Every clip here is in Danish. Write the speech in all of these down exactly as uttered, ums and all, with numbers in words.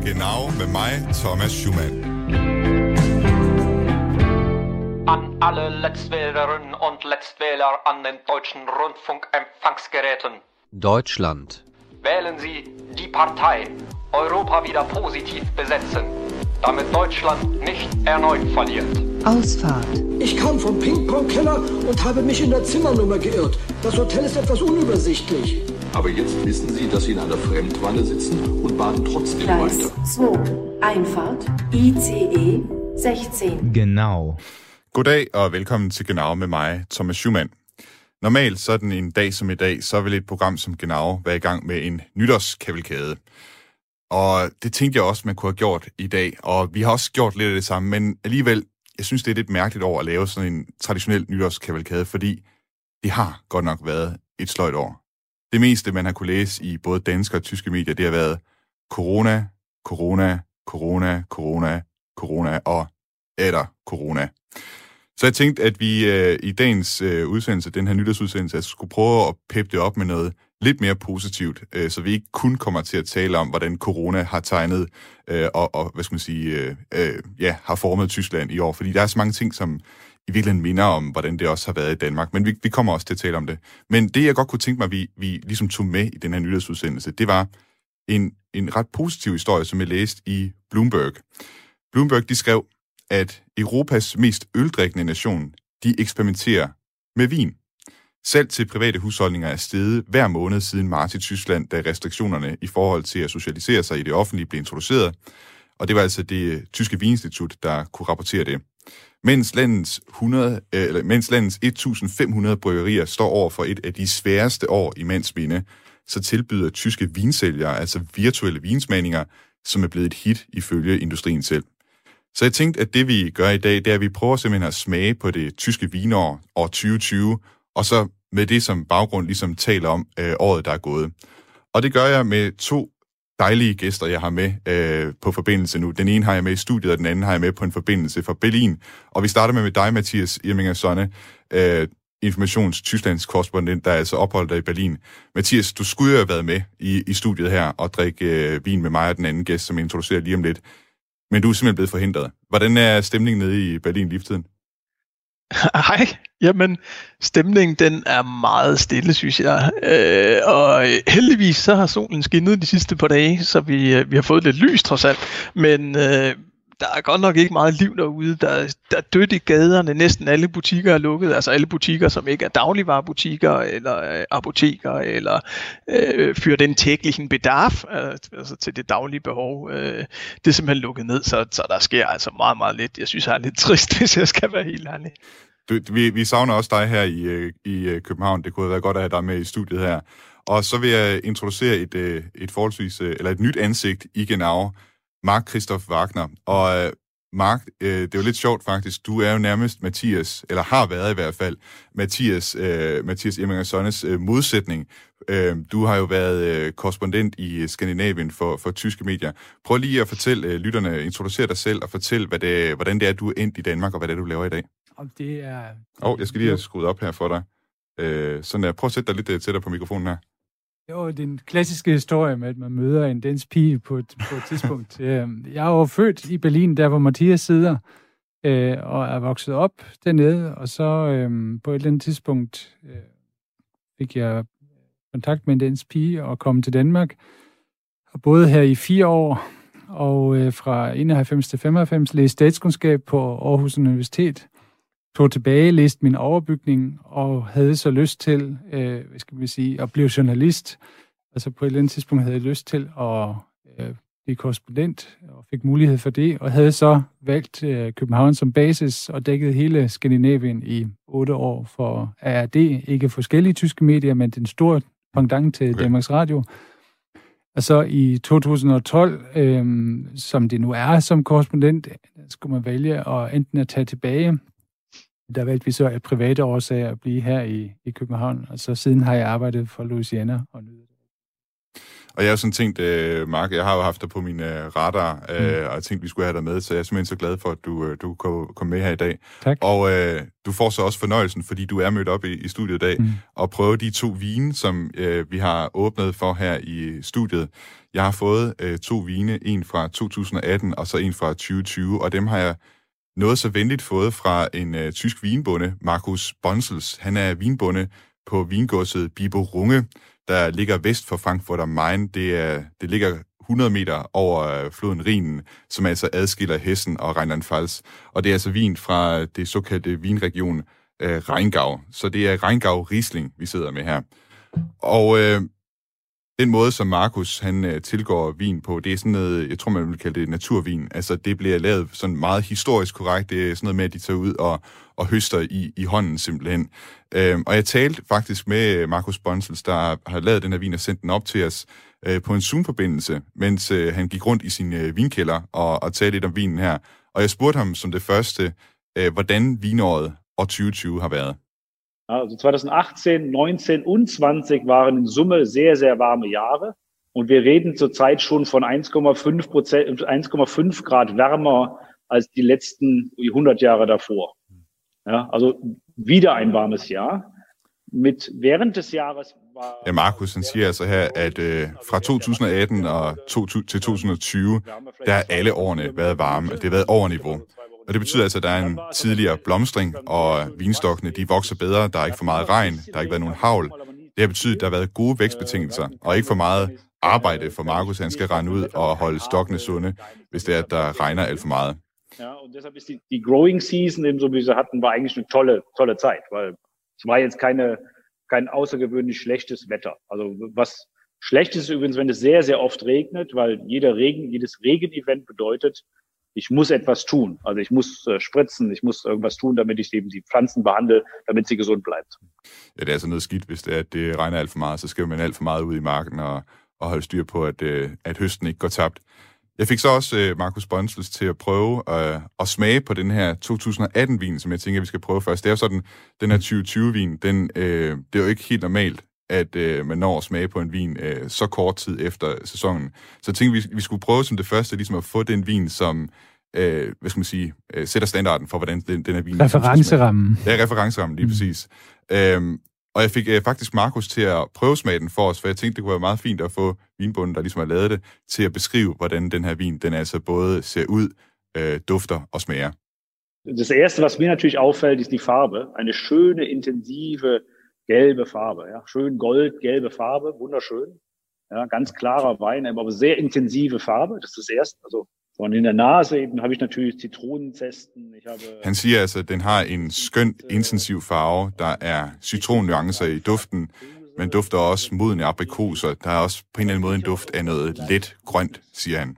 Genau med mig, Thomas Schumann. An alle Letztwählerinnen und Letztwähler an den deutschen Rundfunkempfangsgeräten. Deutschland. Wählen Sie die Partei Europa wieder positiv besetzen, damit Deutschland nicht erneut verliert. Ausfahrt. Ich kam vom Ping-Pong-Keller und habe mich in der Zimmernummer geirrt. Das Hotel ist etwas unübersichtlich. Aber jetzt wissen Sie, dass Sie in einer Fremdwanne sitzen und baden trotzdem Gleis weiter. zwei. Einfahrt. I C E seksten. Genau. Goddag og velkommen til Genau med mig, Thomas Schumann. Normalt sådan en dag som i dag, så vil et program som Genau være i gang med en nytårskavalkade. Og det tænkte jeg også, man kunne have gjort i dag, og vi har også gjort lidt af det samme, men alligevel, jeg synes, det er lidt mærkeligt over at lave sådan en traditionel nytårskavalkade, fordi det har godt nok været et sløjt år. Det meste, man har kunne læse i både danske og tyske medier, det har været corona, corona, corona, corona, corona og efter corona. Så jeg tænkte, at vi øh, i dagens øh, udsendelse, den her nytårsudsendelse, altså, skulle prøve at peppe det op med noget lidt mere positivt, øh, så vi ikke kun kommer til at tale om, hvordan corona har tegnet øh, og, og, hvad skal man sige, øh, øh, ja, har formet Tyskland i år. Fordi der er så mange ting, som i virkeligheden minder om, hvordan det også har været i Danmark. Men vi, vi kommer også til at tale om det. Men det, jeg godt kunne tænke mig, at vi, vi ligesom tog med i den her nytårsudsendelse, det var en, en ret positiv historie, som jeg læste i Bloomberg. Bloomberg, de skrev, at Europas mest øldrikkende nation, de eksperimenterer med vin. Salg til private husholdninger er steget hver måned siden marts i Tyskland, da restriktionerne i forhold til at socialisere sig i det offentlige blev introduceret. Og det var altså det tyske vininstitut, der kunne rapportere det. Mens landets, hundrede, eller, mens landets et tusind fem hundrede bryggerier står over for et af de sværeste år i mands minde, så tilbyder tyske vinsælgere, altså virtuelle vinsmagninger, som er blevet et hit ifølge industrien selv. Så jeg tænkte, at det vi gør i dag, det er, at vi prøver simpelthen at smage på det tyske vinår, år tyve tyve, og så med det som baggrund ligesom taler om øh, året, der er gået. Og det gør jeg med to dejlige gæster, jeg har med øh, på forbindelse nu. Den ene har jeg med i studiet, og den anden har jeg med på en forbindelse fra Berlin. Og vi starter med, med dig, Mathias Irminger Sonne, øh, Informations-Tysklands korrespondent, der er altså opholdt dig i Berlin. Mathias, du skulle jo have været med i, i studiet her og drikke øh, vin med mig og den anden gæst, som jeg introducerer lige om lidt. Men du er simpelthen blevet forhindret. Hvordan er stemningen nede i Berlin lige for tiden? Hej. Jamen, stemningen den er meget stille, synes jeg. Øh, og heldigvis så har solen skinnet de sidste par dage, så vi, vi har fået lidt lys trods alt. Men øh, der er godt nok ikke meget liv derude. Der, der er dødt i gaderne. Næsten alle butikker er lukket. Altså alle butikker, som ikke er dagligvarebutikker, eller øh, apoteker, eller øh, für den täglichen Bedarf, øh, altså til det daglige behov. Øh, det er simpelthen lukket ned, så, så der sker altså meget, meget lidt. Jeg synes, det er lidt trist, hvis jeg skal være helt ærlig. Du, vi, vi savner også dig her i, i København. Det kunne have været godt at have dig med i studiet her. Og så vil jeg introducere et, et forholdsvis, eller et nyt ansigt i Genau. Mark Christoph Wagner. Og uh, Mark, uh, det er jo lidt sjovt faktisk, du er jo nærmest Mathias, eller har været i hvert fald, Mathias, uh, Mathias Irminger Sonnes uh, modsætning. Uh, du har jo været uh, korrespondent i Skandinavien for, for tyske medier. Prøv lige at fortælle uh, lytterne, introducere dig selv og fortæl, hvad det, hvordan det er, du er endt i Danmark, og hvad det er, du laver i dag. Og det er... Åh, oh, jeg skal lige have skruet op her for dig. Uh, sådan der. Prøv at sætte dig lidt tættere på mikrofonen her. Jo, den klassiske historie med, at man møder en dansk pige på et, på et tidspunkt. Jeg er jo født i Berlin, der hvor Mathias sidder, øh, og er vokset op dernede, og så øh, på et eller andet tidspunkt øh, fik jeg kontakt med en dansk pige og kom til Danmark, og boede her i fire år, og øh, fra enoghalvfems til femoghalvfems læste statskundskab på Aarhus Universitet, tog tilbage, læste min overbygning og havde så lyst til, øh, hvad skal vi sige, at blive journalist. Altså på et eller andet tidspunkt havde jeg lyst til at øh, blive korrespondent og fik mulighed for det, og havde så valgt øh, København som basis og dækket hele Skandinavien i otte år for A R D, ikke forskellige tyske medier, men den store pendant til okay. Danmarks Radio. Og så i to tusind og tolv, øh, som det nu er som korrespondent, skulle man vælge at enten at tage tilbage. Der valgte vi så af private årsager at blive her i, i København, og så siden har jeg arbejdet for Louisiana. Og, Og jeg har jo sådan tænkt, øh, Mark, jeg har jo haft dig på min øh, radar, øh, mm. og jeg tænkte, vi skulle have dig med, så jeg er simpelthen så glad for, at du, øh, du kunne komme med her i dag. Tak. Og øh, du får så også fornøjelsen, fordi du er mødt op i, i studiet i dag, mm. og prøve de to vine, som øh, vi har åbnet for her i studiet. Jeg har fået øh, to vine, en fra to tusind atten og så en fra tyve tyve, og dem har jeg noget så venligt fået fra en øh, tysk vinbonde, Markus Bonsels. Han er vinbonde på vingodset Bibo Runge, der ligger vest for Frankfurt am Main. Det, er, det ligger hundrede meter over floden Rhinen, som altså adskiller Hessen og Rheinland-Pfalz. Og det er altså vin fra det såkaldte vinregion øh, Rheingau. Så det er Rheingau Riesling, vi sidder med her. Og øh, den måde, som Markus han øh, tilgår vin på, det er sådan noget, jeg tror, man vil kalde det naturvin. Altså, det bliver lavet sådan meget historisk korrekt. Det er sådan noget med, at de tager ud og, og høster i, i hånden simpelthen. Øhm, og jeg talte faktisk med Markus Bonsels, der har lavet den her vin og sendt den op til os øh, på en Zoom-forbindelse, mens øh, han gik rundt i sin øh, vinkælder og, og talte lidt om vinen her. Og jeg spurgte ham som det første, øh, hvordan vinåret år tyve tyve har været. Also zwanzig achtzehn, neunzehn und zwanzig waren in Summe sehr, sehr warme Jahre. Und wir reden zurzeit schon von eins Komma fünf Prozent, eins Komma fünf Grad wärmer als die letzten hundrede Jahre davor. Ja, also wieder ein warmes Jahr. Mit væhrend des Jahres var... Ja, Markus, han siger altså her, at øh, fra to tusind atten og to, til to tusind tyve, der har alle årene været varme. Det har været over niveau. Og det betyder altså, at der er en tidligere blomstring, og vinstokkene de vokser bedre. Der er ikke for meget regn, der har ikke været nogen hagl. Det har betydet, at der har været gode vækstbetingelser, og ikke for meget arbejde for Markus. Han skal rende ud og holde stokkene sunde, hvis det er, at der regner alt for meget. Ja, und deshalb ist die, die Growing Season, eben so wie wir sie hatten, war eigentlich eine tolle, tolle Zeit, weil es war jetzt keine, kein außergewöhnlich schlechtes Wetter. Also was schlecht ist übrigens, wenn es sehr, sehr oft regnet, weil jeder Regen, jedes Regenevent bedeutet, ich muss etwas tun. Also ich muss äh, spritzen, ich muss irgendwas tun, damit ich eben die Pflanzen behandle, damit sie gesund bleibt. Ja, det er altså noget skidt, hvis det, er, at det regner alt for meget, så skal man alt for meget ud i marken og, og holde styr på, at, at høsten ikke går tabt. Jeg fik så også uh, Markus Bonsels til at prøve uh, at smage på den her to tusind atten-vin, som jeg tænker, vi skal prøve først. Det er jo sådan, den her tyve tyve-vin, den, uh, det er jo ikke helt normalt, at uh, man når at smage på en vin uh, så kort tid efter sæsonen. Så jeg tænkte, vi, vi skulle prøve som det første ligesom at få den vin, som uh, hvad skal man sige, uh, sætter standarden for, hvordan den, den her vin... Referencerammen. Ja, referencerammen, lige mm. præcis. Um, Og jeg fik uh, faktisk Markus til at prøve smage den for os, for jeg tænkte, det kunne være meget fint at få vinbunden, der ligesom har lavet det, til at beskrive, hvordan den her vin, den altså både ser ud, uh, dufter og smager. Das erste, was mir natürlich auffällt, ist die Farbe. Eine schöne, intensive, gelbe Farbe. Ja? Schön gold-gelbe Farbe, wunderschön. Ja, ganz klarer Wein, aber sehr intensive Farbe. Das ist das Erste. Also von in der Nase eben habe ich natürlich Zitronenzesten. Ich habe... Han siger altså, at den har en skøn, intensiv farve. Der er citronnuancer i duften, men dufter også modne aprikoser. Der er også på en eller anden måde en duft af noget let grønt, siger han.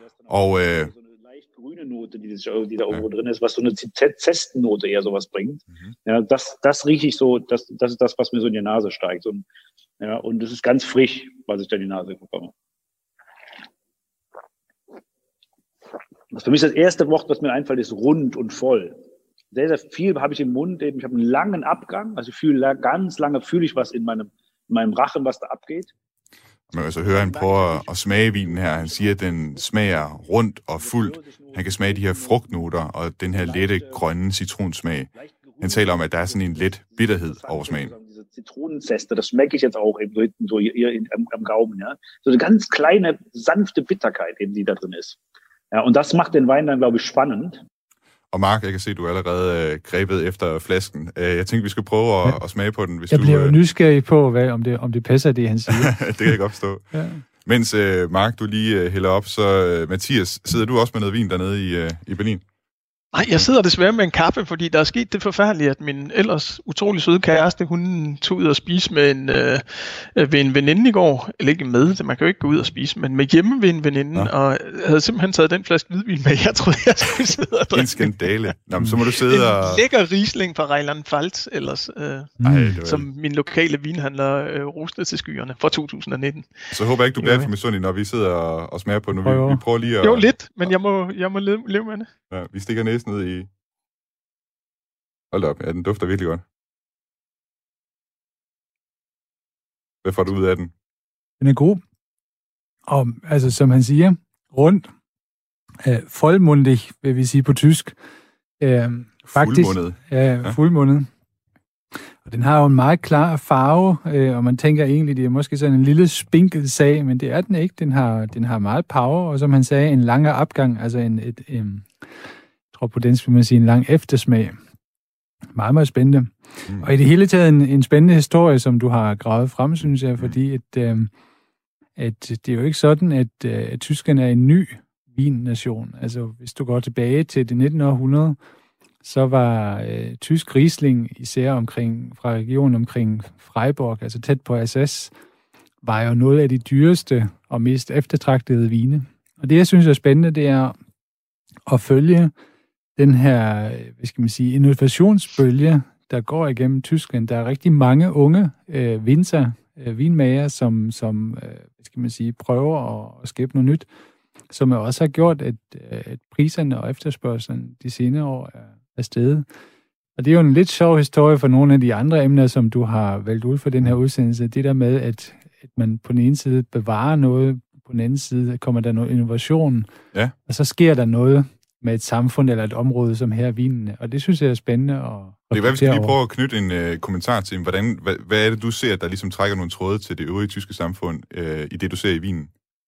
Og øh, grüne Note, die, die da irgendwo drin ist, was so eine Zestennote eher sowas bringt. Mhm. Ja, das, das rieche ich so, das, das ist das, was mir so in die Nase steigt. So, ja, und das ist ganz frisch, was ich da in die Nase bekomme. Das für mich das erste Wort, was mir einfällt, ist rund und voll. Sehr, sehr viel habe ich im Mund eben. Ich habe einen langen Abgang, also ich fühle ganz lange fühle ich was in meinem, in meinem Rachen, was da abgeht. Man kan altså høre, han prøver at smage vinen her. Han siger, at den smager rundt og fuldt. Han kan smage de her frugtnoter og den her lette, grønne citronsmag. Han taler om, at der er sådan en let bitterhed over smagen. Zitronenzeste, das schmecke ich jetzt auch eben so hinten so hier in, am, am Gaumen, ja. So eine ganz kleine, sanfte Bitterkeit eben, die da drin ist. Ja, und das macht den Wein dann, glaube ich, spannend. Og Mark, jeg kan se, at du er allerede øh, grebet efter flasken. Øh, jeg tænkte, vi skal prøve at, ja. at smage på den. Hvis jeg du, bliver jo øh... nysgerrig på, hvad, om, det, om det passer, det han siger. Det kan jeg godt forstå. Ja. Mens øh, Mark, du lige øh, hælder op, så øh, Mathias, sidder du også med noget vin dernede i, øh, i Berlin? Nej, jeg sidder desværre med en kaffe, fordi der er sket det forfærdelige, at min ellers utrolig søde kæreste, hun tog ud og spise med en, øh, ved en veninde i går. Eller ikke med, man kan jo ikke gå ud og spise, men med hjemme ved en veninde. Ja. Og jeg havde simpelthen taget den flaske hvidvin med, jeg troede, jeg skulle sidde og drikke. En skandale. Nå, men så må du sidde og... En lækker Riesling fra Rheinland-Pfalz, ellers, øh, Ej, som min lokale vinhandler øh, roste til skyerne fra to tusind nitten. Så håber jeg ikke, du bliver alt for misundelig, når vi sidder og, og smager på den. Vi, vi prøver lige at... Jo, lidt, men jeg må, jeg må leve, leve med det. Ja, vi stikker næsen ned i... Hold op, ja, den dufter virkelig godt. Hvad får du ud af den? Den er god. Og altså, som han siger, rundt, øh, vollmundig, vil vi sige på tysk. Øh, faktisk, fuldmundet. Ja, fuldmundet. Og den har jo en meget klar farve, øh, og man tænker egentlig, det er måske sådan en lille spinkel sag, men det er den ikke. Den har, den har meget power, og som han sagde, en lang opgang, altså en, et, et, jeg tror på den, vil man sige, en lang eftersmag. Meget, meget spændende. Mm. Og i det hele taget en, en spændende historie, som du har gravet frem, synes jeg, fordi at, øh, at det er jo ikke sådan, at, øh, at Tyskland er en ny vinnation. Altså, hvis du går tilbage til det nittende århundrede, så var øh, tysk Riesling, især omkring, fra regionen omkring Freiburg, altså tæt på Alsace, var jo noget af de dyreste og mest eftertragtede vine. Og det, jeg synes er spændende, det er at følge den her, hvad skal man sige, innovationsbølge, der går igennem Tyskland. Der er rigtig mange unge øh, vinter, øh, vinmager, som, som øh, hvad skal man sige, prøver at, at skabe noget nyt, som også har gjort, at, at priserne og efterspørgselen de senere år er, er steget. Og det er jo en lidt sjov historie for nogle af de andre emner, som du har valgt ud for den her udsendelse. Det der med, at, at man på den ene side bevarer noget, på den anden side kommer der noget innovation, ja. Og så sker der noget med et samfund eller et område som her vinene. Og det synes jeg er spændende. At det er hvad vi skal lige prøve at knytte en øh, kommentar til. Hvordan, hvad, hvad er det, du ser, der ligesom trækker nogle tråde til det øvrige tyske samfund øh, i det, du ser i vinen?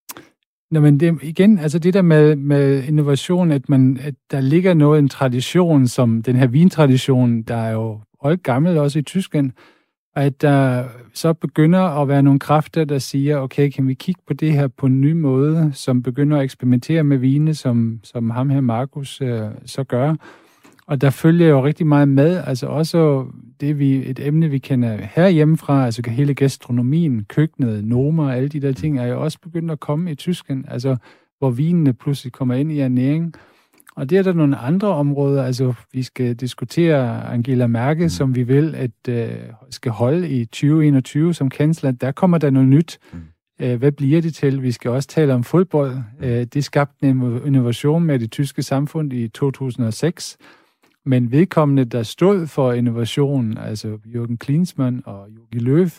Nå, men det, igen, altså det der med, med innovation, at, man, at der ligger noget, en tradition, som den her vintradition, der er jo oldgammel også i Tyskland, at der så begynder at være nogle kræfter, der siger, okay, kan vi kigge på det her på en ny måde, som begynder at eksperimentere med vine, som, som ham her, Markus, øh, så gør. Og der følger jo rigtig meget med, altså også det, vi, et emne, vi kender herhjemmefra, altså hele gastronomien, køkkenet, nomer, alle de der ting, er jo også begyndt at komme i Tyskland, altså hvor vinene pludselig kommer ind i ernæring. Og det er der nogle andre områder, altså vi skal diskutere Angela Merkel, mm. som vi vil, at øh, skal holde i tyve enogtyve som kansler. Der kommer der noget nyt. Mm. Æh, hvad bliver det til? Vi skal også tale om fodbold. Æh, det skabte en innovation med det tyske samfund i to tusind og seks. Men vedkommende, der stod for innovationen, altså Jürgen Klinsmann og Jogi Löw,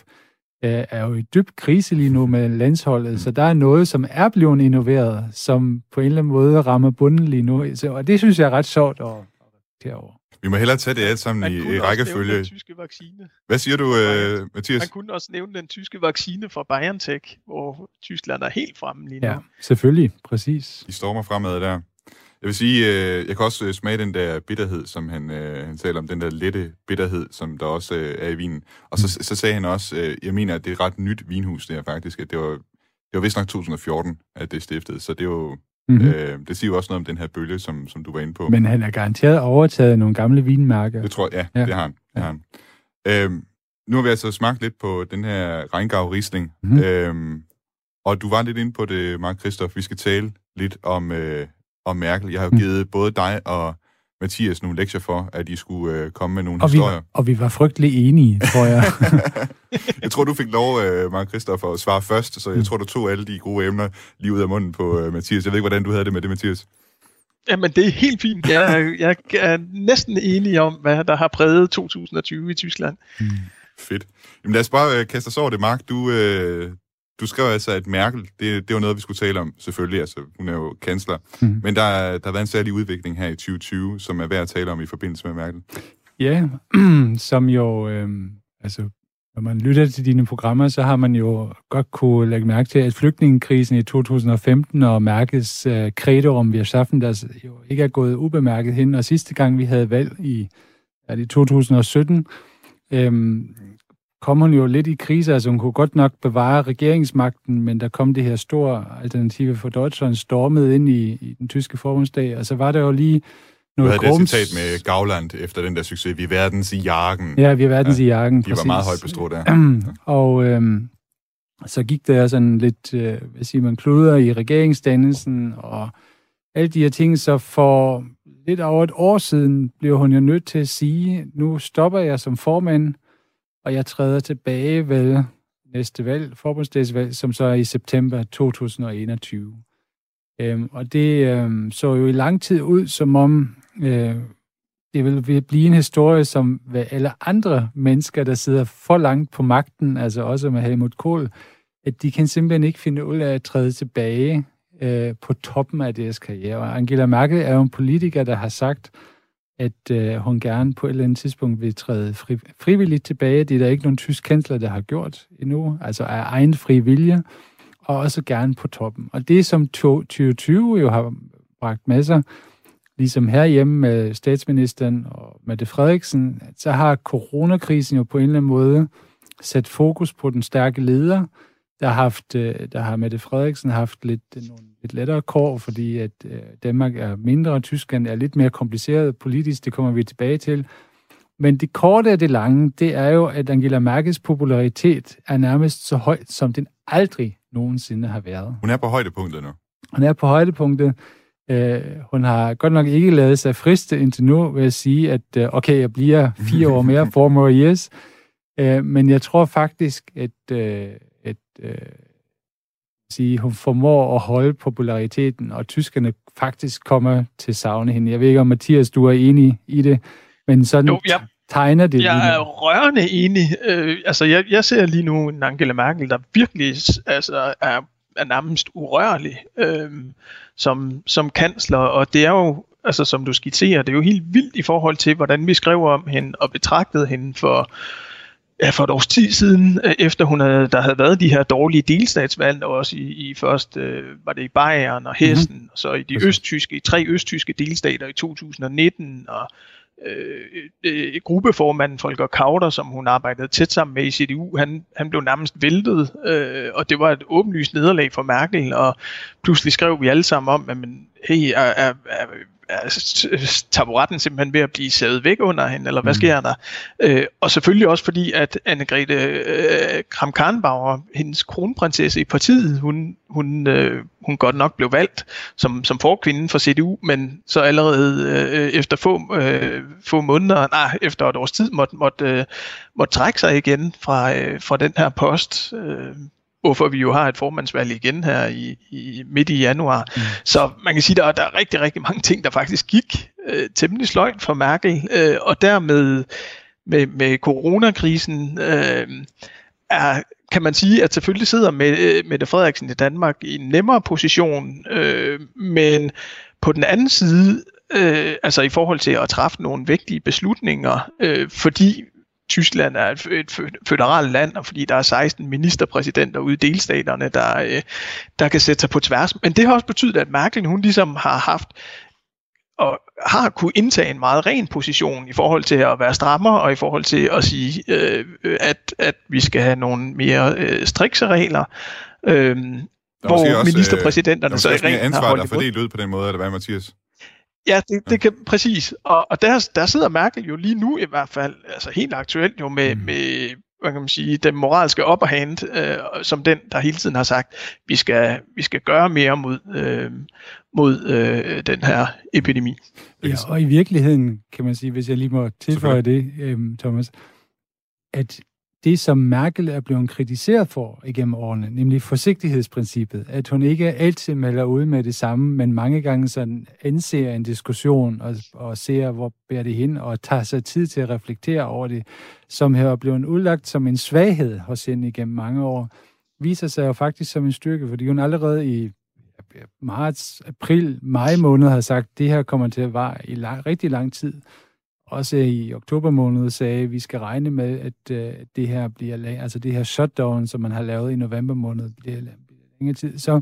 er jo i dyb krise lige nu med landsholdet, så der er noget, som er blevet innoveret, som på en eller anden måde rammer bunden lige nu. Så, og det synes jeg er ret sjovt at reflektere over. Vi må hellere tage det alt sammen i, i rækkefølge. Den tyske vaccine. Hvad siger du, uh, Mathias? Man kunne også nævne den tyske vaccine fra BioNTech, hvor Tyskland er helt fremme lige nu. Ja, selvfølgelig. Præcis. De stormer fremad der. Jeg vil sige, øh, jeg kan også smage den der bitterhed, som han, øh, han taler om, den der lette bitterhed, som der også øh, er i vinen. Og så, så sagde han også, øh, jeg mener, at det er et ret nyt vinhus, det her faktisk, at det var, det var vist nok to tusind og fjorten, at det stiftede, så det er jo, mm-hmm. øh, det siger jo også noget om den her bølge, som, som du var inde på. Men han er garanteret overtaget nogle gamle vinmærker. Det tror jeg, ja, ja. det har han. Det har han. Øhm, nu har vi altså smagt lidt på den her Rheingau Riesling, mm-hmm. øhm, og du var lidt inde på det, Mark Christoph, vi skal tale lidt om... Øh, og Merkel. Jeg har jo givet både dig og Mathias nogle lektier for, at I skulle øh, komme med nogle og historier. Vi, og vi var frygtelig enige, tror jeg. Jeg tror, du fik lov, øh, Mark Christoph, at svare først, så jeg tror, du tog alle de gode emner lige ud af munden på øh, Mathias. Jeg ved ikke, hvordan du havde det med det, Mathias. Jamen, det er helt fint. Jeg, jeg er næsten enig om, hvad der har præget to tusind og tyve i Tyskland. Mm. Fedt. Jamen, lad os bare øh, kaste os over det, Mark. Du... Øh, Du skrev altså, at Merkel, det, det var noget, vi skulle tale om, selvfølgelig, altså hun er jo kansler, mm. men der, der har været en særlig udvikling her i tyve tyve, som er værd at tale om i forbindelse med Merkel. Ja, som jo, øh, altså, når man lytter til dine programmer, så har man jo godt kunne lægge mærke til, at flygtningekrisen i to tusind og femten og Merkels øh, credo om wir schaffen das jo ikke er gået ubemærket hen, og sidste gang vi havde valg i, ja, i to tusind og sytten, øh, kom hun jo lidt i krise, altså hun kunne godt nok bevare regeringsmagten, men der kom det her store Alternative for Deutschland stormet ind i, i den tyske forbundsdag, og så var der jo lige noget grums... Du havde grums... det citat med Gauland efter den der succes, vi er verdens i jagen. Ja, vi er verdens ja, i jagen, de præcis. De var meget højt på strå der. Og øhm, så gik der sådan lidt, øh, hvad siger man, kluder i regeringsdannelsen, og alle de her ting, så for lidt over et år siden blev hun jo nødt til at sige, nu stopper jeg som formand, og jeg træder tilbage ved næste valg, forbundsdagsvalg, som så er i september to tusind og enogtyve. Øhm, og det øhm, så jo i lang tid ud, som om øh, det vil blive en historie, som ved alle andre mennesker, der sidder for langt på magten, altså også med Helmut Kohl, at de kan simpelthen ikke finde ud af at træde tilbage øh, på toppen af deres karriere. Og Angela Merkel er jo en politiker, der har sagt, at øh, hun gerne på et eller andet tidspunkt vil træde fri, frivilligt tilbage. Det er der ikke nogen tysk kansler, der har gjort endnu, altså af egen fri vilje, og også gerne på toppen. Og det, som tyve tyve jo har bragt med sig, ligesom herhjemme med statsministeren og Mette Frederiksen, så har coronakrisen jo på en eller anden måde sat fokus på den stærke leder. Der har, haft, der har Mette Frederiksen haft lidt, nogle lidt lettere kår, fordi at Danmark er mindre, og Tyskland er lidt mere kompliceret politisk, det kommer vi tilbage til. Men det korte af det lange, det er jo, at Angela Merkels popularitet er nærmest så højt, som den aldrig nogensinde har været. Hun er på højdepunktet nu. Hun er på højdepunktet. Uh, hun har godt nok ikke lavet sig friste indtil nu ved at sige, at uh, okay, jeg bliver fire år mere, four more years. Uh, men jeg tror faktisk, at, uh, at uh, sige, hun formår at holde populariteten, og tyskerne faktisk kommer til savne hende. Jeg ved ikke, om Mathias, du er enig i det, men sådan jo, ja. tegner det. Jeg er rørende enig. Uh, altså, jeg, jeg ser lige nu en Angela Merkel, der virkelig altså, er, er nærmest urørlig. Uh, Som, som kansler, og det er jo, altså som du skitserer, det er jo helt vildt i forhold til, hvordan vi skrev om hende og betragtede hende for, ja, for et års tid siden, efter hun havde, der havde været de her dårlige delstatsvalg, og også i, i først, øh, var det i Bayern og Hessen, mm-hmm. og så i de østtyske, i tre østtyske delstater i to tusind nitten, og øh, øh, gruppeformanden Volker Kauder, som hun arbejdede tæt sammen med i C D U, han, han blev nærmest væltet, øh, og det var et åbenlyst nederlag for Merkel, og pludselig skrev vi alle sammen om, at men, hey, er, er, er, er taburetten simpelthen ved at blive savet væk under hende, eller hvad sker der? Øh, og selvfølgelig også fordi, at Annegrethe øh, Kramp-Karrenbauer, hendes kronprinsesse i partiet, hun, hun, øh, hun godt nok blev valgt som, som forkvinde for C D U, men så allerede øh, efter få, øh, få måneder, nej, efter et års tid, måtte, måtte, øh, måtte trække sig igen fra, øh, fra den her post, øh, hvorfor vi jo har et formandsvalg igen her i, i midt i januar. Mm. Så man kan sige, at der, der er rigtig, rigtig mange ting, der faktisk gik øh, temmelig sløjt for Merkel, øh, og dermed med, med coronakrisen øh, er, kan man sige, at selvfølgelig sidder med, Mette Frederiksen i Danmark i en nemmere position, øh, men på den anden side, øh, altså i forhold til at træffe nogle vigtige beslutninger, øh, fordi Tyskland er et, et føderalt land, og fordi der er seksten ministerpræsidenter ude i delstaterne, der, øh, der kan sætte sig på tværs. Men det har også betydet, at Merkel, hun ligesom har haft og har kunne indtage en meget ren position i forhold til at være strammer, og i forhold til at sige, øh, at, at vi skal have nogle mere øh, strikse regler, øh, hvor også, ministerpræsidenterne øh, så rent har holdt ansvar, der er fordelt ud på den måde, eller hvad, Mathias? Ja, det, det kan præcis. Og, og der, der sidder Merkel jo lige nu i hvert fald, altså helt aktuelt jo med, mm. med hvad kan man sige, den moralske upper hand, øh, som den, der hele tiden har sagt, vi skal, vi skal gøre mere mod, øh, mod øh, den her epidemi. Ja, og i virkeligheden, kan man sige, hvis jeg lige må tilføje det, øh, Thomas, at det, som Merkel er blevet kritiseret for igennem årene, nemlig forsigtighedsprincippet, at hun ikke altid melder ud med det samme, men mange gange sådan anser en diskussion og, og ser, hvor bærer det hen, og tager sig tid til at reflektere over det, som her er blevet udlagt som en svaghed hos hende igennem mange år, viser sig jo faktisk som en styrke, fordi hun allerede i marts, april, maj måned har sagt, at det her kommer til at vare i lang, rigtig lang tid. Også i oktober måned sagde, at vi skal regne med, at øh, det her bliver, altså det her shutdown, som man har lavet i november måned, bliver længere tid. Så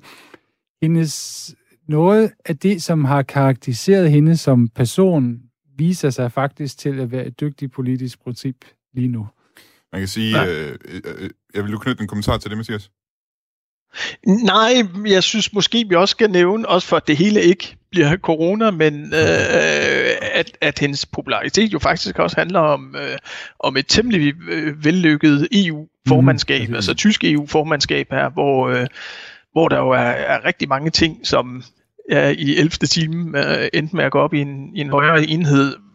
hendes, noget af det, som har karakteriseret hende som person, viser sig faktisk til at være et dygtigt politisk princip lige nu. Man kan sige, øh, øh, jeg vil du knytte en kommentar til det, Mathias? Nej, jeg synes måske, vi også skal nævne, også for at det hele ikke bliver corona, men øh, at, at hendes popularitet jo faktisk også handler om, øh, om et temmelig øh, vellykket E U-formandskab, mm, altså tysk E U-formandskab her, hvor, øh, hvor der jo er, er rigtig mange ting, som ja, i ellevte time øh, endte med at gå op i en, i en højere enhed,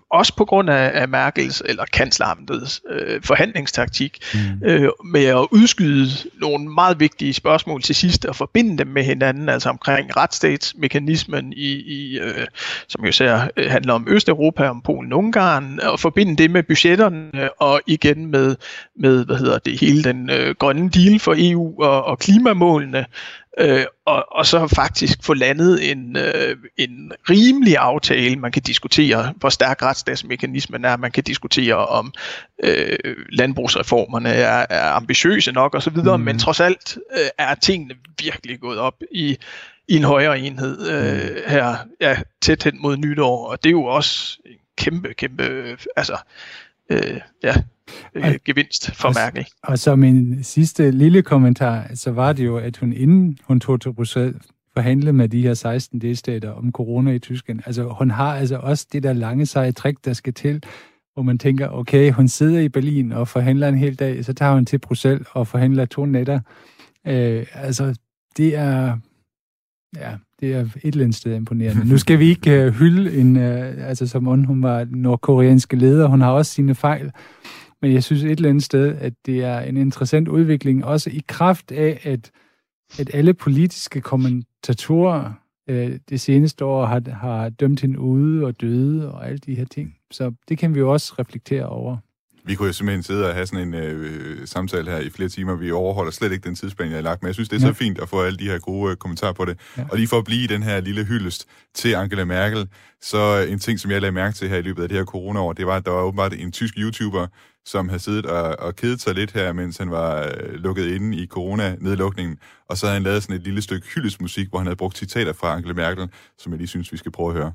også på grund af, af Merkels eller kansleramtets øh, forhandlingstaktik, mm. øh, med at udskyde nogle meget vigtige spørgsmål til sidst og forbinde dem med hinanden, altså omkring retsstatsmekanismen, i, i, øh, som jo ser øh, handler om Østeuropa, om Polen og Ungarn, og forbinde det med budgetterne og igen med, med hvad hedder det, hele den øh, grønne deal for E U og, og klimamålene. Øh, og, og så faktisk få landet en, øh, en rimelig aftale. Man kan diskutere, hvor stærk retsstatsmekanismen er. Man kan diskutere, om øh, landbrugsreformerne er, er ambitiøse nok osv. Mm. Men trods alt øh, er tingene virkelig gået op i, i en højere enhed øh, her, ja, tæt hen mod nytår. Og det er jo også en kæmpe, kæmpe, altså, øh, ja... Øh, gevinst for og, Merkel. Og som en sidste lille kommentar, så var det jo, at hun inden hun tog til Bruxelles, forhandlede med de her seksten delstater om corona i Tyskland. Altså hun har altså også det der lange seje træk, der skal til, hvor man tænker, okay, hun sidder i Berlin og forhandler en hel dag, så tager hun til Bruxelles og forhandler to nætter. Øh, altså det er... Ja, det er et eller andet sted imponerende. Nu skal vi ikke uh, hylde en, uh, altså som hun, hun var nordkoreanske leder, hun har også sine fejl, men jeg synes et eller andet sted, at det er en interessant udvikling, også i kraft af, at, at alle politiske kommentatorer uh, det seneste år har, har dømt hende ude og døde og alle de her ting. Så det kan vi jo også reflektere over. Vi kunne jo simpelthen sidde og have sådan en øh, samtale her i flere timer. Vi overholder slet ikke den tidsplan, jeg har lagt, men jeg synes, det er ja. så fint at få alle de her gode øh, kommentarer på det. Ja. Og lige for at blive i den her lille hyldest til Angela Merkel, så en ting, som jeg lagde mærke til her i løbet af det her coronaår, det var, at der var åbenbart en tysk YouTuber, som havde siddet og, og kedet sig lidt her, mens han var øh, lukket inde i corona-nedlukningen. Og så havde han lavet sådan et lille stykke hyldestmusik, hvor han havde brugt citater fra Angela Merkel, som jeg lige synes, vi skal prøve at høre.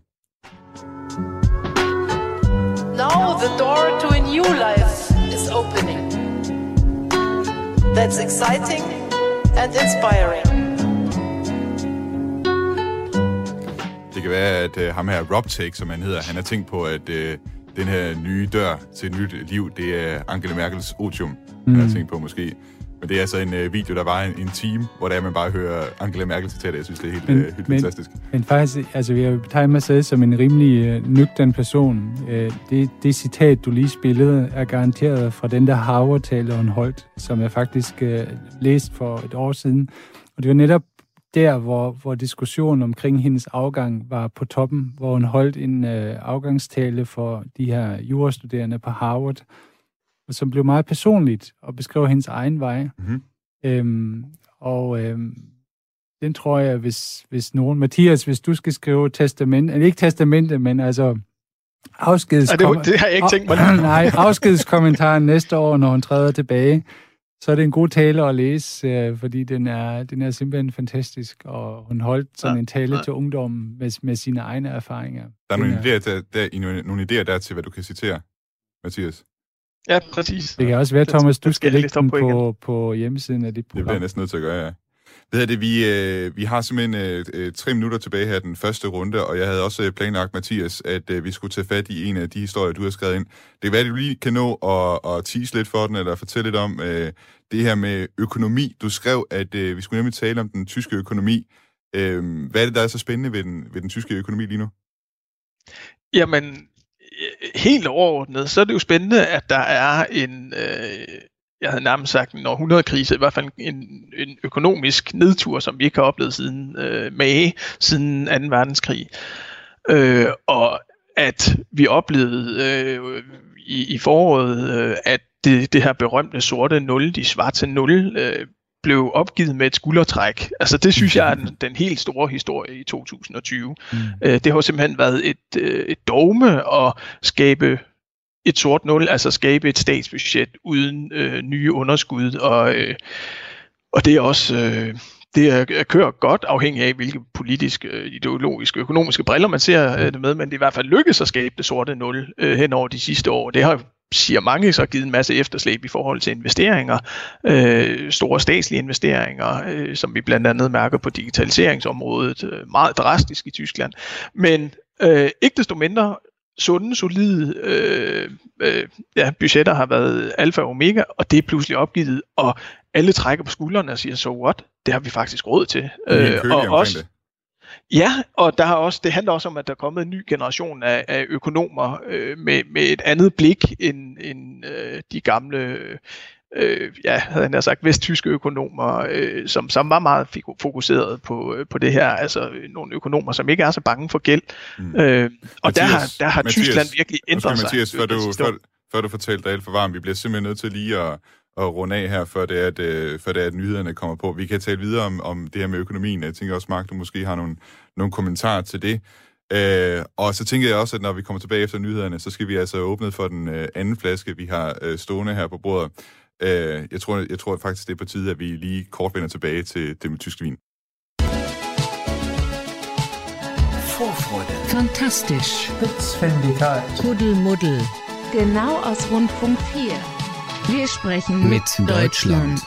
Now the door to a new life is opening. That's exciting and inspiring. Det kan være, at uh, ham her, RobTech, som han hedder, han har tænkt på, at uh, den her nye dør til et nyt liv, det er Angela Merkels otium, mm. han har tænkt på måske. Men det er altså en uh, video, der var en, en time, hvor der man bare hører Angela Merkel citere. Jeg synes, det er helt, men, uh, helt men, fantastisk. Men faktisk, altså vi har betegnet mig selv som en rimelig uh, nøgtern person. Uh, det, det citat, du lige spillede, er garanteret fra den der Harvard-tale, hun holdt, som jeg faktisk uh, læste for et år siden. Og det var netop der, hvor, hvor diskussionen omkring hendes afgang var på toppen, hvor hun holdt en uh, afgangstale for de her jurastuderende på Harvard, som blev meget personligt og beskrev hendes egen vej. Mm-hmm. Øhm, og øhm, den tror jeg, hvis, hvis nogen... Mathias, hvis du skal skrive testament... Eller ikke testamente, men altså... Afskeds ja, det, det har jeg ikke tænkt mig. Nej, afskedskommentaren næste år, når hun træder tilbage, så er det en god tale at læse, øh, fordi den er, den er simpelthen fantastisk, og hun holdt sådan ja, en tale ja. til ungdommen med, med sine egne erfaringer. Der er nogle, er, idéer, der, der, nogle idéer der til, hvad du kan citere, Mathias. Ja, præcis. Det kan også være, Thomas, du skal lægge den på, på, på hjemmesiden af dit program. Det bliver jeg næsten nødt til at gøre, ja. Ved jeg det, vi, øh, vi har simpelthen øh, tre minutter tilbage her den første runde, og jeg havde også planlagt, Mathias, at øh, vi skulle tage fat i en af de historier, du har skrevet ind. Det kan være, at du lige kan nå at, at tease lidt for den, eller fortælle lidt om øh, det her med økonomi. Du skrev, at øh, vi skulle nemlig tale om den tyske økonomi. Øh, hvad er det, der er så spændende ved den, ved den tyske økonomi lige nu? Jamen... Helt overordnet, så er det jo spændende, at der er en, øh, jeg havde nærmest sagt en århundredekrise, i hvert fald en, en økonomisk nedtur, som vi ikke har oplevet siden øh, Mage, siden anden verdenskrig. Øh, og at vi oplevede øh, i, i foråret, øh, at det, det her berømte sorte nul, de svarte nul, øh, blev opgivet med et skuldertræk. Altså det synes jeg er den, den helt store historie i to tusind og tyve. Mm. Øh, det har simpelthen været et, øh, et dogme at skabe et sort nul, altså skabe et statsbudget uden øh, nye underskud, og, øh, og det er også øh, det er, er kører godt afhængig af, hvilke politiske, ideologiske, økonomiske briller man ser øh, det med, men det er i hvert fald lykkedes at skabe det sorte nul øh, hen over de sidste år. Det har siger mange, så har givet en masse efterslæb i forhold til investeringer, øh, store statslige investeringer, øh, som vi blandt andet mærker på digitaliseringsområdet, øh, meget drastisk i Tyskland. Men øh, ikke desto mindre, sunde, solide øh, øh, ja, budgetter har været alfa og omega, og det er pludselig opgivet, og alle trækker på skuldrene og siger, so what? Det har vi faktisk råd til. Øh, og også, Ja, og der har også, det handler også om, at der er kommet en ny generation af, af økonomer øh, med, med et andet blik end, end øh, de gamle, øh, ja, havde han sagt, vesttyske økonomer, øh, som, som var meget fokuseret på, på det her. Altså nogle økonomer, som ikke er så bange for gæld. Mm. Øh, og Mathias, der har, der har Mathias, Tyskland virkelig ændret sig. Mathias, før du, før, før du fortalte dig alt for varmt, vi bliver simpelthen nødt til lige at og runde af her, før det, er, at, øh, før det er, at nyhederne kommer på. Vi kan tale videre om, om det her med økonomien. Jeg tænker også, Mark, du måske har nogle, nogle kommentarer til det. Øh, og så tænker jeg også, at når vi kommer tilbage efter nyhederne, så skal vi altså åbne for den øh, anden flaske, vi har øh, stående her på bordet. Øh, jeg, tror, jeg tror faktisk, det er på tide, at vi lige kort vender tilbage til det med tysk vin. Vorfreude. Fantastisch. Spitzfindigkeit. Kuddelmuddel. Genau aus Rundfunk vier. Wir sprechen mit Deutschland.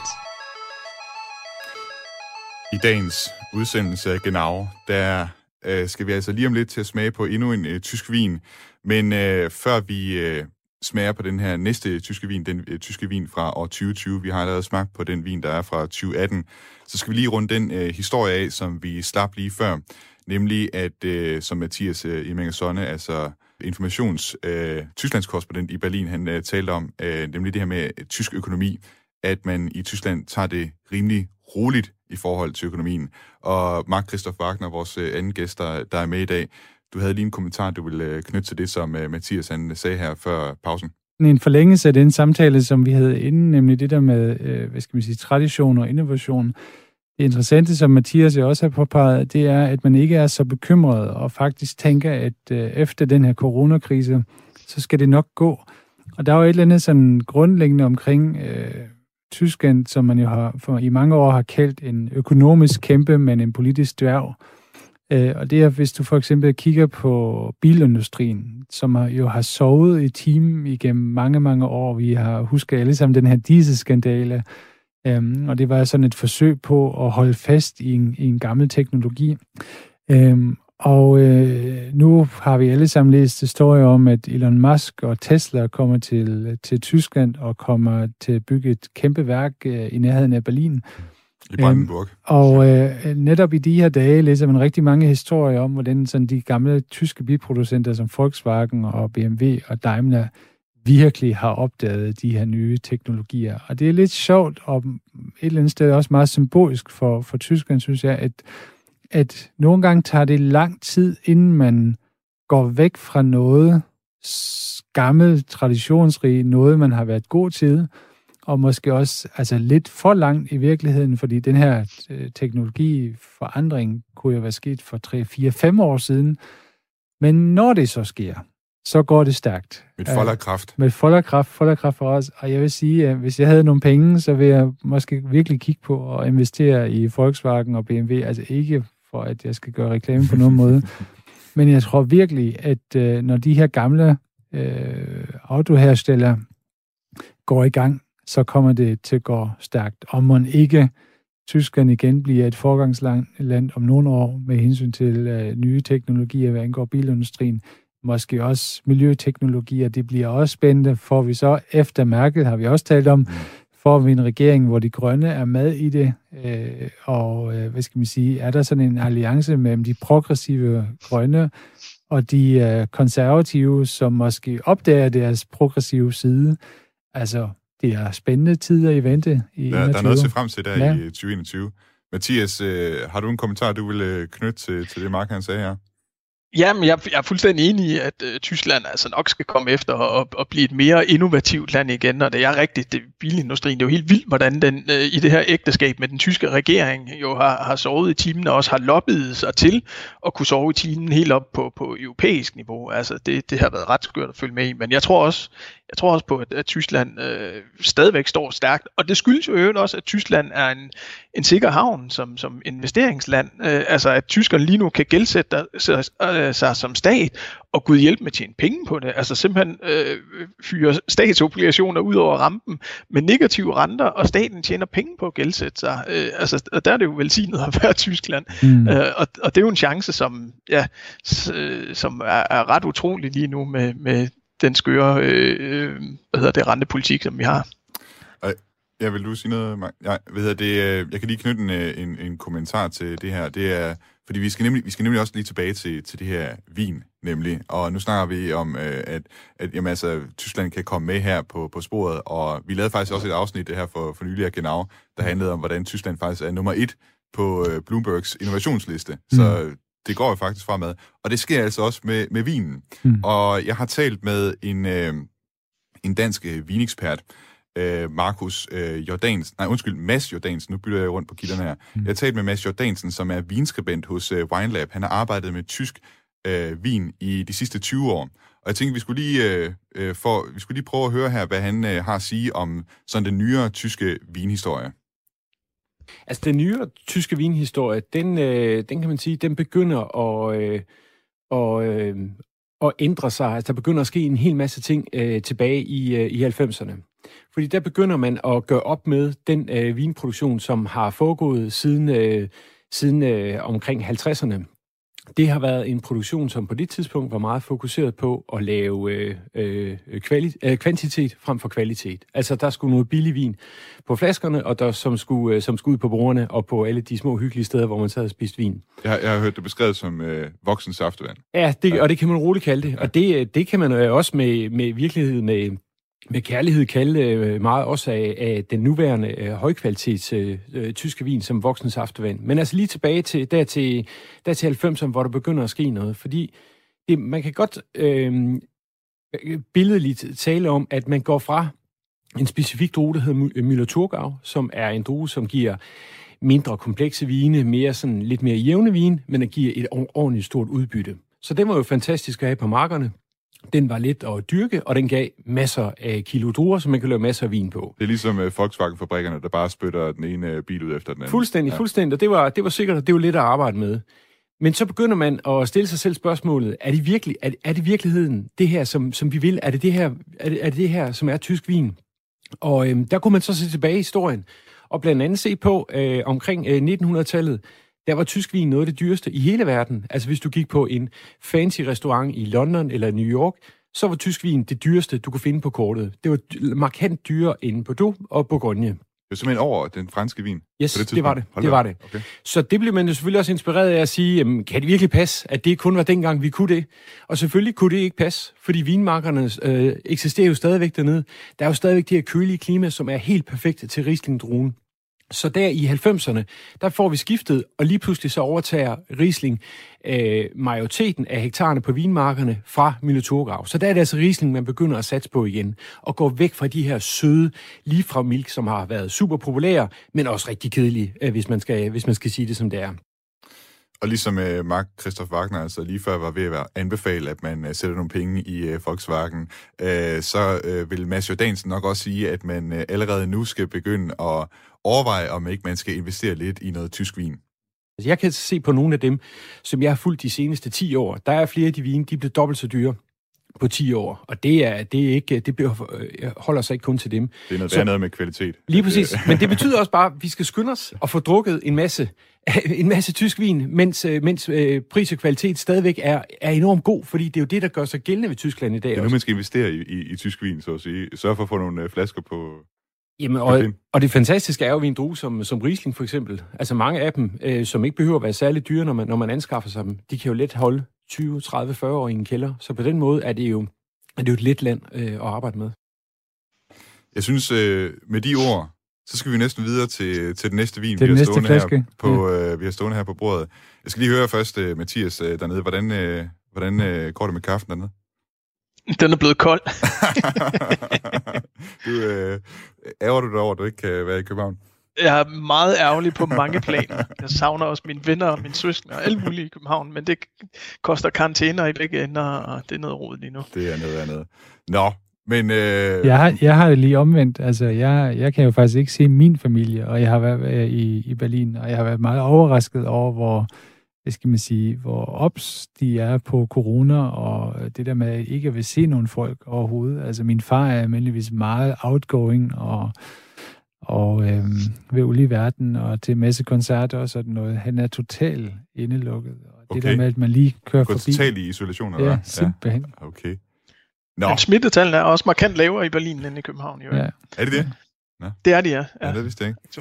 I dagens udsendelse af Genau, der øh, skal vi altså lige om lidt til at smage på endnu en øh, tysk vin. Men øh, før vi øh, smager på den her næste tyske vin, den øh, tyske vin fra år tyve tyve, vi har allerede smagt på den vin, der er fra tyve atten, så skal vi lige runde den øh, historie af, som vi slap lige før. Nemlig at, øh, som Mathias øh, Imengesonne, altså informations øh, Tysklandskorrespondent i Berlin, han øh, talte om, øh, nemlig det her med øh, tysk økonomi, at man i Tyskland tager det rimelig roligt i forhold til økonomien. Og Mark Christoph Wagner, vores øh, anden gæst, der, der er med i dag, du havde lige en kommentar, du ville øh, knytte til det, som øh, Mathias han sagde her før pausen. En forlængelse af den samtale, som vi havde inden, nemlig det der med, øh, hvad skal man sige, tradition og innovation. Det interessante, som Mathias også har påpeget, det er, at man ikke er så bekymret og faktisk tænker, at øh, efter den her coronakrise, så skal det nok gå. Og der er jo et eller andet sådan grundlæggende omkring øh, Tyskland, som man jo har for i mange år har kaldt en økonomisk kæmpe, men en politisk dværg. Øh, og det er, hvis du for eksempel kigger på bilindustrien, som har, jo har sovet i timen igennem mange, mange år. Vi har husket alle sammen den her dieselskandale. Um, og det var sådan et forsøg på at holde fast i en, i en gammel teknologi. Um, og øh, nu har vi alle sammen læst historier om, at Elon Musk og Tesla kommer til, til Tyskland og kommer til at bygge et kæmpe værk øh, i nærheden af Berlin. I Brandenburg. Um, og øh, netop i de her dage læser man rigtig mange historier om, hvordan sådan de gamle tyske bilproducenter som Volkswagen og B M W og Daimler virkelig har opdaget de her nye teknologier. Og det er lidt sjovt, og et eller andet sted også meget symbolisk for, for Tyskland, synes jeg, at, at nogle gange tager det lang tid, inden man går væk fra noget gammelt, traditionsrigt, noget man har været god til, og måske også altså lidt for langt i virkeligheden, fordi den her teknologiforandring kunne jo være sket for tre, fire, fem år siden. Men når det så sker, så går det stærkt. Med folder kraft. Med folder kraft, folder kraft for os. Og jeg vil sige, at hvis jeg havde nogle penge, så vil jeg måske virkelig kigge på at investere i Volkswagen og B M W. Altså ikke for, at jeg skal gøre reklame på nogen måde. Men jeg tror virkelig, at øh, når de her gamle øh, autoherstellere går i gang, så kommer det til at gå stærkt. Om man ikke Tyskland igen bliver et forgangsland om nogle år med hensyn til øh, nye teknologier, hvad angår bilindustrien, måske også miljøteknologier, det bliver også spændende. Får vi så efter mærket, har vi også talt om, får vi en regering, hvor de grønne er med i det, øh, og øh, hvad skal man sige, er der sådan en alliance mellem de progressive grønne og de øh, konservative, som måske opdager deres progressive side. Altså, det er spændende tider i vente i der, der er noget at se frem til der ja. i tyve enogtyve. Mathias, øh, har du en kommentar, du vil øh, knytte til, til det, Mark han sagde her? Jamen, jeg, jeg er fuldstændig enig i, at uh, Tyskland altså nok skal komme efter og, og blive et mere innovativt land igen, og det er rigtigt, det bilindustrien, det er jo helt vildt, hvordan den uh, i det her ægteskab med den tyske regering jo har, har sovet i timen, og også har lobbyet sig til at kunne sove i timen helt op på, på europæisk niveau. Altså, det, det har været ret skørt at følge med i, men jeg tror også, jeg tror også på, at, at Tyskland øh, stadigvæk står stærkt, og det skyldes jo øvrigt også, at Tyskland er en, en sikker havn som, som investeringsland. Øh, altså, at tyskerne lige nu kan gældsætte sig, øh, sig som stat, og Gud hjælpe med at tjene penge på det. Altså simpelthen øh, fyre statsobligationer ud over rampen med negative renter, og staten tjener penge på at gældsætte sig. Øh, altså, og der er det jo velsignet at være Tyskland. Mm. Øh, og, og det er jo en chance, som, ja, s, øh, som er, er ret utrolig lige nu med, med den skøre øh, hvad hedder det, rentepolitik, som vi har. Ja, vil du sige noget, Mark? Ja, hvad hedder det, jeg kan lige knytte en, en, en kommentar til det her. Det er, Fordi vi skal nemlig, vi skal nemlig også lige tilbage til, til det her vin, nemlig. Og nu snakker vi om, øh, at, at jamen, altså, Tyskland kan komme med her på, på sporet. Og vi lavede faktisk også et afsnit det her for, for nylig af Genau, der handlede om, hvordan Tyskland faktisk er nummer et på øh, Bloombergs innovationsliste. Mm. Så det går jo faktisk fremad. Og det sker altså også med, med vinen. Mm. Og jeg har talt med en, øh, en dansk vinekspert, øh, Markus øh, Jordansen, nej undskyld, Mads Jordansen, nu bytter jeg rundt på kilderne her. Mm. Jeg har talt med Mads Jordansen, som er vinskribent hos øh, WineLab. Han har arbejdet med tysk øh, vin i de sidste tyve år. Og jeg tænkte, vi skulle lige, øh, øh, for, vi skulle lige prøve at høre her, hvad han øh, har at sige om sådan den nyere tyske vinhistorie. Altså, den nyere tyske vinhistorie, den, øh, den kan man sige, den begynder at, øh, og, øh, at ændre sig. Altså, der begynder at ske en hel masse ting øh, tilbage i, øh, i halvfemserne. Fordi der begynder man at gøre op med den øh, vinproduktion, som har foregået siden, øh, siden øh, omkring halvtredserne. Det har været en produktion, som på det tidspunkt var meget fokuseret på at lave øh, øh, kvali- øh, kvantitet frem for kvalitet. Altså, der skulle noget billig vin på flaskerne, og der som skulle, øh, som skulle ud på bordene og på alle de små hyggelige steder, hvor man sad og spiste vin. Jeg har, jeg har hørt det beskrevet som øh, voksen saftevand. Ja, det, og det kan man roligt kalde det. Og det, det kan man også med, med virkelighed, med, med kærlighed kalde øh, meget også af, af den nuværende øh, højkvalitets øh, øh, tyske vin som voksen saftevand. Men altså lige tilbage til der til, der til halvfemserne, hvor der begynder at ske noget. Fordi det, man kan godt øh, billedligt tale om, at man går fra en specifik drue, der hedder Müller-Thurgau, som er en drue, som giver mindre komplekse vine, mere sådan lidt mere jævne vin, men der giver et ordentligt stort udbytte. Så det var jo fantastisk at have på markerne. Den var let at dyrke, og den gav masser af kilo druer, så man kan lave masser af vin på. Det er ligesom uh, Volkswagen-fabrikkerne, der bare spytter den ene bil ud efter den anden. Fuldstændig, ja. fuldstændig. Og det var, det var sikkert, og det var let at arbejde med. Men så begynder man at stille sig selv spørgsmålet, er det virkelig, er, er det virkeligheden, det her, som, som vi vil? Er det det her, er det, er det, det her, som er tysk vin? Og øhm, der kunne man så se tilbage i historien, og blandt andet se på øh, omkring øh, nitten hundrede-tallet, der var tysk vin noget af det dyreste i hele verden. Altså hvis du gik på en fancy restaurant i London eller New York, så var tysk vin det dyreste, du kunne finde på kortet. Det var markant dyrere end Bordeaux og Bourgogne. Det var simpelthen over den franske vin? Yes, det, det var det. det, var det. Okay. Så det blev man jo selvfølgelig også inspireret af at sige, jamen, kan det virkelig passe, at det kun var dengang, vi kunne det? Og selvfølgelig kunne det ikke passe, fordi vinmarkerne øh, eksisterer jo stadigvæk dernede. Der er jo stadigvæk det her kølige klima, som er helt perfekte til Riesling-druen. Så der i halvfemserne, der får vi skiftet, og lige pludselig så overtager Riesling øh, majoriteten af hektarerne på vinmarkerne fra Müller-Thurgau. Så der er det altså Riesling, man begynder at satse på igen, og går væk fra de her søde, ligefrem milk, som har været super populære, men også rigtig kedelige, øh, hvis, man skal, hvis man skal sige det, som det er. Og ligesom uh, Mark Christoph Wagner, altså lige før var ved at anbefale, at man uh, sætter nogle penge i uh, Volkswagen, uh, så uh, vil Mads Jordansen nok også sige, at man uh, allerede nu skal begynde at overveje, om ikke man skal investere lidt i noget tysk vin. Jeg kan se på nogle af dem, som jeg har fulgt de seneste ti år. Der er flere af de vine, de er blevet dobbelt så dyre på ti år, og det er det er ikke det holder sig ikke kun til dem. Det er noget, så, noget med kvalitet. Lige præcis, men det betyder også bare, at vi skal skynde os og få drukket en masse en masse tysk vin, mens, mens øh, pris og kvalitet stadigvæk er, er enormt god, fordi det er jo det, der gør sig gældende ved Tyskland i dag. Det er nu, man skal investere i, i, i tysk vin, så at sige. Sørg for at få nogle øh, flasker på... Jamen, og, og det fantastiske er jo ved en drue som, som Riesling for eksempel. Altså mange af dem, øh, som ikke behøver at være særlig dyre, når man, når man anskaffer sig dem, de kan jo let holde tyve, tredive, fyrre år i en kælder. Så på den måde er det jo, er det jo et let land øh, at arbejde med. Jeg synes, øh, med de ord, så skal vi næsten videre til, til den næste vin, vi har, stående her på, ja. øh, vi har stående her på bordet. Jeg skal lige høre først, øh, Mathias, øh, dernede. Hvordan, øh, hvordan øh, går det med kaffen dernede? Den er blevet kold. du, øh, ærger du dig over, at du ikke kan være i København? Jeg er meget ærgerlig på mange planer. Jeg savner også mine venner og mine søskende og alle mulige i København, men det koster karantæner i begge ender, og det er noget rod lige nu. Det er noget andet. Nå, men... Øh... Jeg, har, jeg har det lige omvendt. Altså, jeg, jeg kan jo faktisk ikke se min familie, og jeg har været i, i Berlin, og jeg har været meget overrasket over, hvor... hvad skal man sige, hvor ops de er på corona, og det der med ikke at vil se nogen folk overhovedet. Altså min far er almindeligvis meget outgoing, og, og øhm, vil ud i verden, og til messekoncerter og sådan noget. Han er totalt indelukket. Og okay. Det der med, at man lige kører Gå forbi. Totalt i isolation, eller ja, hvad? simpelthen. Ja, okay. Nå. Men smittetallene er også markant lavere i Berlin end i København, jo. Ja. Er det det? Ja. Det er de, ja. Ja, ja det vidste jeg ikke.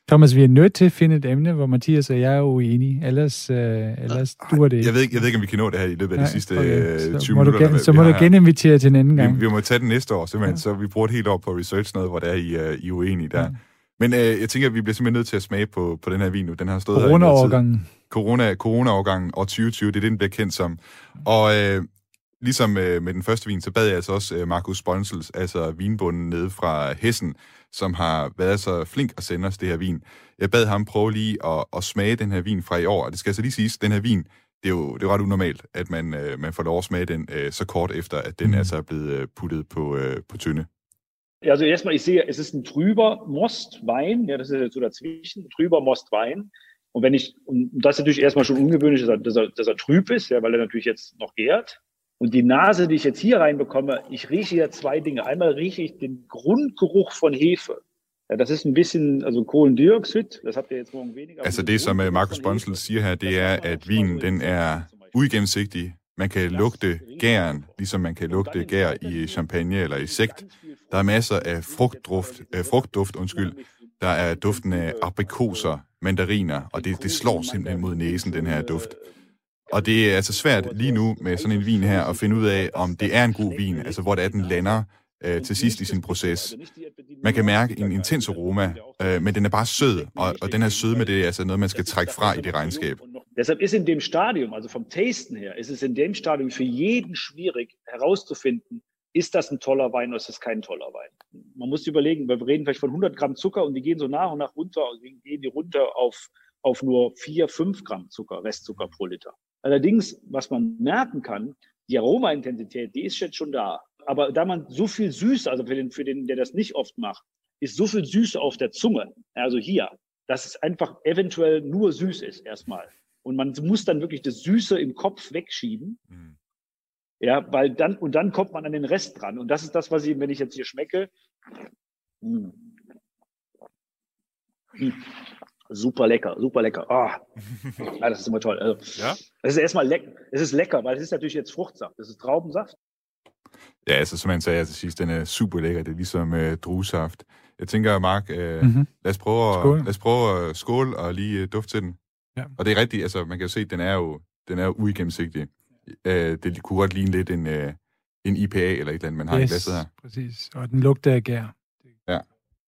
Thomas, vi er nødt til at finde et emne, hvor Mathias og jeg er uenige. Ellers, øh, ellers duer det ikke. Jeg ved, ikke, jeg ved ikke, om vi kan nå det her i løbet af de Nej, sidste okay. tyve må minutter. Gen, så må du geninvitere til en anden gang. Vi, vi må tage den næste år, simpelthen. Ja. Så vi bruger et helt år på research noget, hvor der er I, uh, I er uenige der. Ja. Men øh, jeg tænker, at vi bliver simpelthen nødt til at smage på, på den her vin nu. Den har stået Corona-årgangen. her i Corona, Corona-årgangen år tyve tyve, det er det, den bliver kendt som. Og øh, ligesom øh, med den første vin, så bad jeg altså også øh, Markus Sponsels, altså vinbunden nede fra Hessen, som har været så flink at sende os det her vin. Jeg bad ham prøve lige at, at smage den her vin fra i år, og det skal altså lige siges, den her vin, det er jo, det er jo ret unormalt, at man, øh, man får lov at smage den øh, så kort efter, at den mm. altså er blevet puttet på, øh, på tynde. Also erstmal, ich sehe, es ist ein trüber Mostwein, ja, das ist so dazwischen, trüber Mostwein. Und wenn ich, und das ist natürlich erstmal schon ungewöhnlich, dass er, dass er, dass er trüb ist, ja, weil er natürlich jetzt noch gärt. Und die Nase, die ich jetzt hier reinbekomme, ich rieche ja zwei Dinge. Einmal rieche ich den Grundgeruch von Hefe. Ja, das ist ein bisschen, also Kohlendioxid, das habt ihr jetzt morgen weniger. Altså det, som Markus Sponsel siger her, det er, at vinen, den er uigennemsigtig. Man kan lugte gæren, ligesom man kan lugte gær i champagne eller i sekt. Der er masser af frugtduft, øh, frugtduft, undskyld. Der er duften af aprikoser, mandariner, og det, det slår simpelthen mod næsen, den her duft. Og det er altså svært lige nu med sådan en vin her at finde ud af, om det er en god vin, altså hvor det er, den lander øh, til sidst i sin proces. Man kan mærke en intens aroma, øh, men den er bare sød, og, og den her sødme, det er altså noget, man skal trække fra i det regnskab. Deshalb ist in dem Stadium, also vom Tasten her, ist es in dem Stadium für jeden schwierig herauszufinden, ist das ein toller Wein oder ist das kein toller Wein? Man muss überlegen, wir reden vielleicht von hundert Gramm Zucker und die gehen so nach und nach runter und gehen die runter auf, auf nur vier, fünf Gramm Zucker, Restzucker pro Liter. Allerdings, was man merken kann, die Aromaintensität, die ist jetzt schon da. Aber da man so viel Süße, also für den, für den, der das nicht oft macht, ist so viel Süße auf der Zunge, also hier, dass es einfach eventuell nur süß ist erstmal. Und man muss dann wirklich das Süße im Kopf wegschieben. Mhm. Ja, weil dann, und dann kommt man an den Rest dran. Und das ist das, was ich, wenn ich jetzt hier schmecke, mh. Mh. Super lecker, super lecker. Oh. Ja, das ist immer toll. Also, ja? Es ist erstmal lecker, es ist lecker, weil es ist natürlich jetzt Fruchtsaft, es ist Traubensaft. Ja, altså som han sagde til sidst, den er super lækker, det er ligesom uh, druesaft. Jeg tænker, Mark, uh, mm-hmm. lad os prøve at, lad os prøve at skåle og lige uh, dufte til den. Ja. Og det er rigtigt, altså man kan jo se, at den er jo, den er jo uigennemsigtig. Uh, det kunne godt ligne lidt en, uh, en I P A eller et eller andet, man har yes, i glasset her. Præcis, og den lugter af gær. Ja.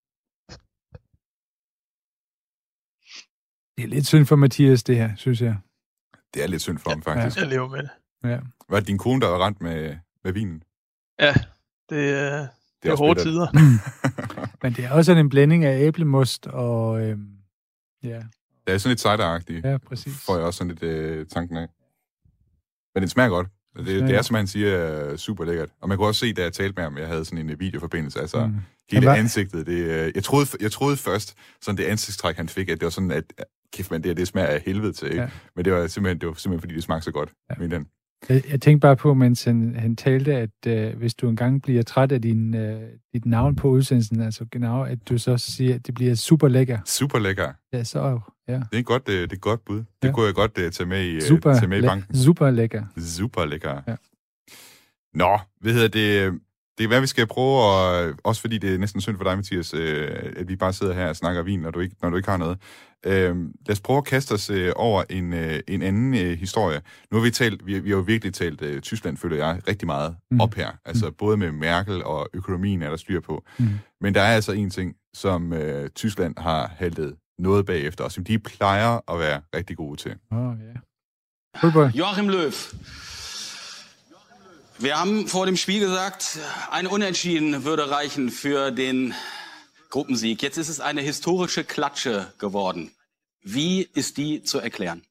Det er lidt synd for Mathias, det her, synes jeg. Det er lidt synd for ham, faktisk. Jeg lever med det. Ja. Var det din kone, der var rent med, med vinen? Ja, det, øh, det, det er hårde tider. Men det er også en blanding af æblemost og... Øh, ja. Det er sådan lidt cider-agtigt. Ja, præcis. Får jeg også sådan lidt øh, tanken af. Men den smager godt. Det, det, det er, som han siger, super lækkert. Og man kunne også se, da jeg talte med ham, jeg havde sådan en videoforbindelse, altså mm. hele var... ansigtet. Det, jeg, troede, jeg troede først, sådan det ansigtstræk, han fik, at det var sådan, at kæft man, det, det smager af helvede til. Ikke? Ja. Men det var, simpelthen, det var simpelthen, fordi det smagte så godt. Ja. Med den. Jeg, jeg tænkte bare på, mens han, han talte, at øh, hvis du engang bliver træt af din, øh, dit navn på udsendelsen, altså genau, at du så siger, at det bliver super lækker. Super lækker. Ja, så ja. Det er et godt, det er et godt bud. Det ja. kunne jeg godt uh, tage med i, super tage med i banken. Super lækker. Super lækker. Ja. Nå, hvad hedder det? Det er hvad vi skal prøve, og også fordi det er næsten synd for dig, Mathias, øh, at vi bare sidder her og snakker vin, når du ikke, når du ikke har noget. Øh, lad os prøve at kaste os øh, over en, øh, en anden øh, historie. Nu har vi talt, vi, vi har jo virkelig talt øh, Tyskland, føler jeg, rigtig meget mm. op her. Altså mm. både med Merkel og økonomien er der styr på. Mm. Men der er altså en ting, som øh, Tyskland har haltet noget bagefter, og som de plejer at være rigtig gode til. Oh, yeah. Joachim Löw. Wir haben vor dem Spiel gesagt, ein Unentschieden würde reichen für den Gruppensieg. Jetzt ist es eine historische Klatsche geworden. Wie ist die zu erklären?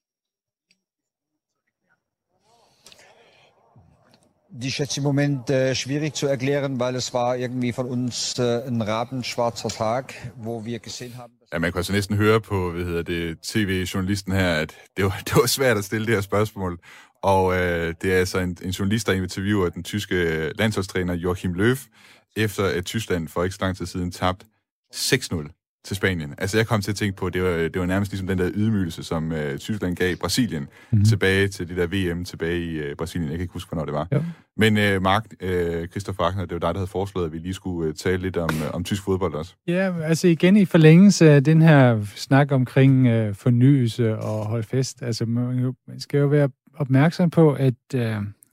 Die ist jetzt im Moment äh, schwierig zu erklären, weil es war irgendwie von uns äh, ein rabenschwarzer Tag, wo wir gesehen haben... Ja, man kan altså næsten høre på, hvad hedder det, T V-journalisten her, at det var, det var svært at stille det her spørgsmål. Og øh, det er altså en, en journalist, der interviewer den tyske landsholdstræner Joachim Löw, efter at Tyskland for ikke så lang tid siden tabt seks nul til Spanien. Altså, jeg kom til at tænke på, det var, det var nærmest ligesom den der ydmygelse, som uh, Tyskland gav Brasilien mm-hmm. tilbage til det der V M tilbage i uh, Brasilien. Jeg kan ikke huske, hvornår det var. Jo. Men uh, Mark, uh, Christoph Wagner, det var dig, der havde foreslået, at vi lige skulle uh, tale lidt om, uh, om tysk fodbold også. Ja, altså igen i forlængelse af den her snak omkring uh, fornyelse og holde fest. Altså, man, man skal jo være opmærksom på, at uh,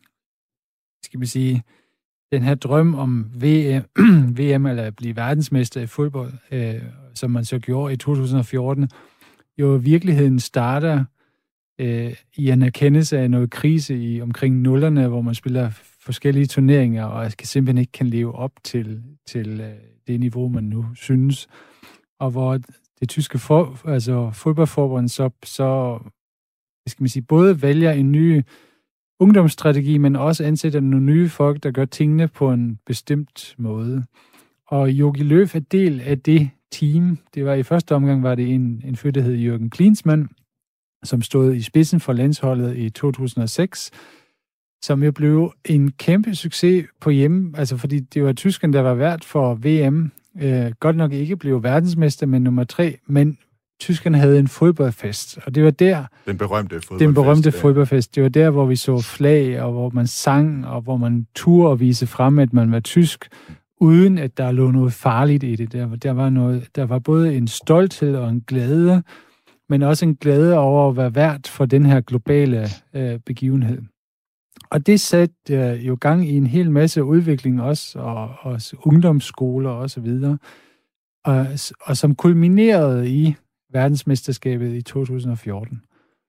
skal man sige, den her drøm om V M, V M eller at blive verdensmester i fodbold, øh, som man så gjorde i to tusind og fjorten, jo i virkeligheden starter øh, i en erkendelse af noget krise i omkring nullerne, hvor man spiller forskellige turneringer, og kan simpelthen ikke kan leve op til, til øh, det niveau, man nu synes. Og hvor det tyske for, altså fodboldforbund så, så skal man sige, både vælger en ny ungdomsstrategi, men også ansætter nogle nye folk, der gør tingene på en bestemt måde. Og Jogi Löw er del af det team. Det var i første omgang, var det en, en fyr, der hed Jürgen Klinsmann, som stod i spidsen for landsholdet i to tusind og seks, som jo blev en kæmpe succes på hjemme, altså fordi det var Tyskland, der var vært for V M. Øh, godt nok ikke blev verdensmester, men nummer tre, men Tyskerne havde en fodboldfest, og det var der... Den berømte fodboldfest. Den berømte ja. fodboldfest. Det var der, hvor vi så flag, og hvor man sang, og hvor man turde at vise frem, at man var tysk, uden at der lå noget farligt i det. Der, der, var, noget, der var både en stolthed og en glæde, men også en glæde over at være vært for den her globale øh, begivenhed. Og det satte øh, jo gang i en hel masse udvikling også, og, og ungdomsskoler og så videre, og, og som kulminerede i verdensmesterskabet i to tusind og fjorten.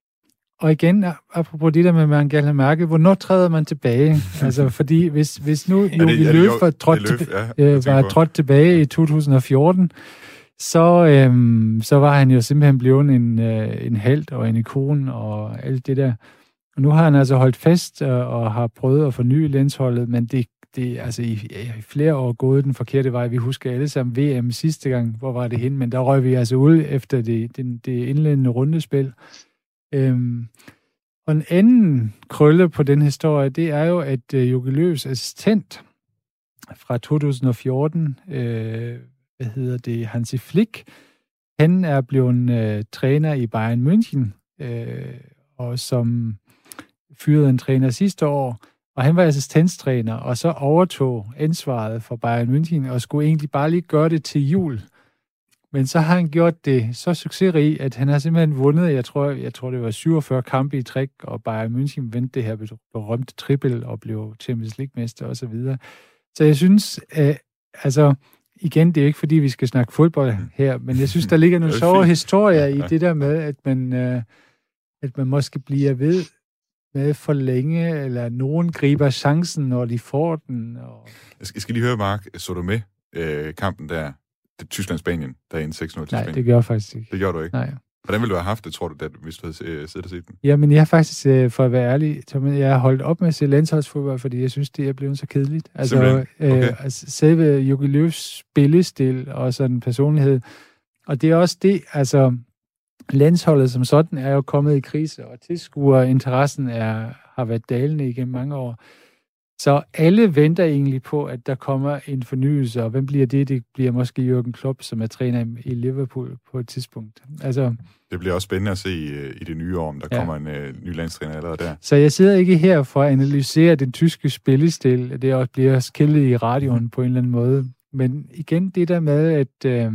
Og igen, apropos det der med, at man gerne har mærket, hvornår træder man tilbage? Altså, fordi hvis, hvis nu Jogi Löw var, trådt, Løf, ja, øh, var trådt tilbage i to tusind og fjorten, så, øhm, så var han jo simpelthen blevet en, øh, en helt og en ikon og alt det der. Og nu har han altså holdt fast øh, og har prøvet at forny landsholdet, men det Det er altså i, i flere år gået den forkerte vej. Vi husker alle sammen V M sidste gang. Hvor var det hen? Men der røg vi altså ud efter det, det, det indledende rundespil. Øhm, og en anden krølle på den historie, det er jo, at uh, Jogi Löws assistent fra to tusind og fjorten, øh, hvad hedder det, Hansi Flick, han er blevet øh, træner i Bayern München, øh, og som fyrede en træner sidste år. Og han var assistenstræner, og så overtog ansvaret for Bayern München, og skulle egentlig bare lige gøre det til jul. Men så har han gjort det så succesrigt, at han har simpelthen vundet, jeg tror, jeg tror det var syvogfyrre kampe i træk, og Bayern München vendte det her berømte trippel og blev Champions League-mester osv. Så, videre. Så jeg synes, øh, altså igen, det er ikke fordi, vi skal snakke fodbold her, men jeg synes, der ligger nogle sjove historier i det der med, at man, øh, at man måske bliver ved med for længe, eller nogen griber chancen, når de får den. Og... Jeg skal, jeg skal lige høre, Mark, så du med øh, kampen der, det Tyskland-Spanien, der er en seks nul til Spanien? Nej, det gør jeg faktisk ikke. Det gjorde du ikke? Nej. Hvordan ville du have haft det, tror du, da, hvis du havde øh, siddet og set den? Jamen, jeg har faktisk, øh, for at være ærlig, jeg har holdt op med at se landsholdsfodbold, fordi jeg synes, det er blevet så kedeligt. Altså, okay. øh, altså selve Jogi Löws spillestil og sådan personlighed. Og det er også det, altså... Landsholdet som sådan er jo kommet i krise, og tilskuerinteressen er, har været dalende igennem mange år. Så alle venter egentlig på, at der kommer en fornyelse, og hvem bliver det? Det bliver måske Jürgen Klopp, som er træner i Liverpool på et tidspunkt. Altså, det bliver også spændende at se i, i det nye år, om der ja. kommer en uh, ny landstræner allerede der. Så jeg sidder ikke her for at analysere den tyske spillestil. Det også bliver skillet i radioen på en eller anden måde. Men igen, det der med, at... Øh,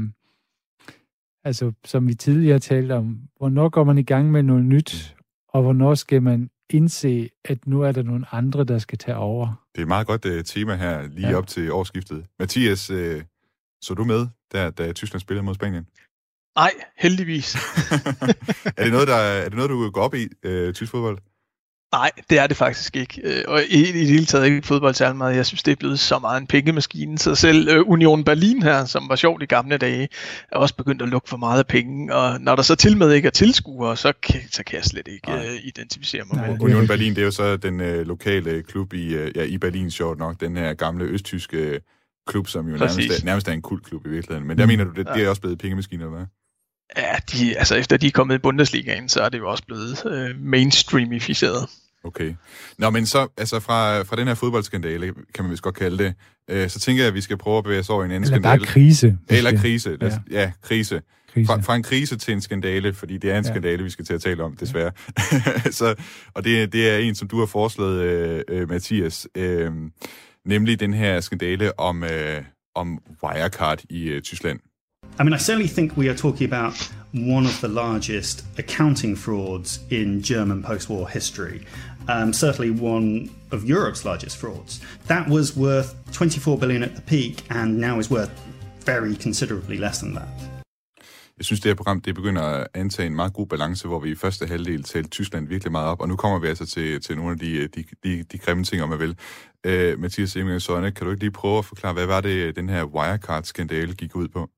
altså, som vi tidligere talte om, hvornår går man i gang med noget nyt, og hvornår skal man indse, at nu er der nogle andre, der skal tage over. Det er et meget godt uh, tema her, lige ja. op til årsskiftet. Mathias, uh, så du med, der, da Tyskland spillede mod Spanien? Nej, heldigvis. er, det noget, der, er det noget, du går op i, uh, tysk fodbold? Nej, det er det faktisk ikke. Og i, i det hele taget ikke fodbold særlig meget. Jeg synes, det er blevet så meget en pengemaskine. Så selv uh, Union Berlin her, som var sjovt i gamle dage, er også begyndt at lukke for meget af penge. Og når der så til med ikke er tilskuere, så kan, så kan jeg slet ikke uh, identificere mig med. Union Berlin, det er jo så den uh, lokale klub i, uh, ja, i Berlin, sjovt nok. Den her gamle østtyske klub, som jo nærmest er, nærmest er en kultklub i virkeligheden. Men der mm. mener du, det, det er også blevet pengemaskiner, eller hvad? Ja, de, altså efter de er kommet i Bundesligaen, så er det jo også blevet uh, mainstreamificeret. Okay. Nå, men så, altså fra, fra den her fodboldskandale, kan man vist godt kalde det, øh, så tænker jeg, at vi skal prøve at bevæge os over i en anden Eller skandale. Eller bare krise. Eller krise. Ja, ja krise. krise. Fra, fra en krise til en skandale, fordi det er en ja. skandale, vi skal til at tale om, desværre. Ja. så, og det, det er en, som du har foreslået, øh, øh, Mathias, øh, nemlig den her skandale om, øh, om Wirecard i øh, Tyskland. I mean, I certainly think we are talking about one of the largest accounting frauds in German post-war history. Um, certainly one of Europe's largest frauds. That was worth twenty-four billion at the peak, and now is worth very considerably less than that. Jeg synes, det her program det begynder at antage en meget god balance, hvor vi i første halvdel talte Tyskland virkelig meget op, og nu kommer vi altså til, til nogle af de, de, de, de grimme ting, om man vil. Uh, Mathias Emil Søjne, kan du ikke lige prøve at forklare, hvad var det, den her Wirecard-skandale gik ud på?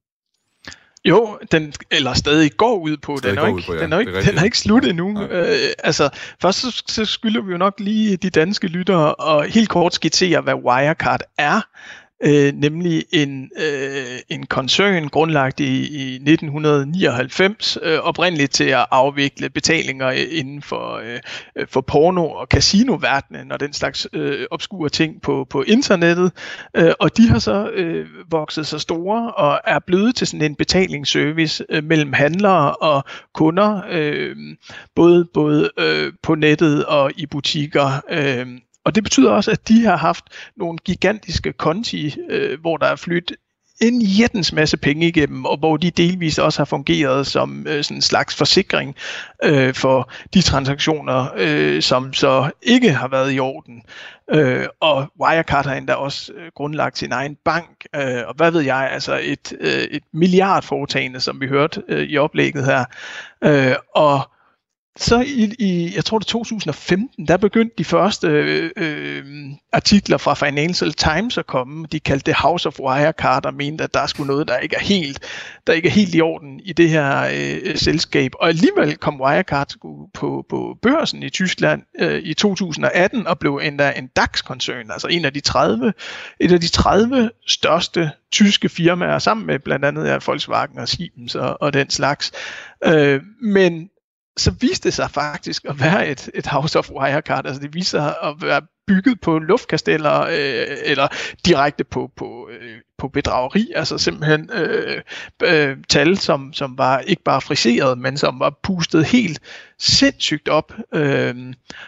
Jo, den eller stadig går ud på. Stadig den er går ikke, ud på, ja. den er ikke, er den er ikke slut endnu. Øh, altså, først så, så skylder vi jo nok lige de danske lyttere og helt kort skitsere, hvad Wirecard er. Øh, nemlig en, øh, en koncern grundlagt i, i nitten nioghalvfems, øh, oprindeligt til at afvikle betalinger inden for, øh, for porno- og casinoverdenen og den slags øh, obskure ting på, på internettet. Øh, og de har så øh, vokset så store og er blevet til sådan en betalingsservice øh, mellem handlere og kunder, øh, både, både øh, på nettet og i butikker. Øh, Og det betyder også, at de har haft nogle gigantiske konti, øh, hvor der er flyttet en jættens masse penge igennem, og hvor de delvis også har fungeret som øh, sådan en slags forsikring øh, for de transaktioner, øh, som så ikke har været i orden. Øh, og Wirecard har endda også øh, grundlagt sin egen bank, øh, og hvad ved jeg, altså et, øh, et milliardforetagende, som vi hørte øh, i oplægget her. Øh, og Så i, i, jeg tror det to tusind og femten, der begyndte de første øh, øh, artikler fra Financial Times at komme. De kaldte det House of Wirecard og mente, at der er sgu noget, der ikke er helt, der ikke er helt i orden i det her øh, selskab. Og alligevel kom Wirecard på, på børsen i Tyskland øh, i to tusind og atten og blev endda en DAX-koncern, altså en af de tredive, et af de tredive største tyske firmaer, sammen med blandt andet ja, Volkswagen og Siemens og, og den slags. Øh, men så viste det sig faktisk at være et, et House of Wirecard. Altså det viste sig at være bygget på luftkasteller øh, eller direkte på, på, øh, på bedrageri. Altså simpelthen øh, øh, tal, som, som var ikke bare friseret, men som var pustet helt sindssygt op. Øh,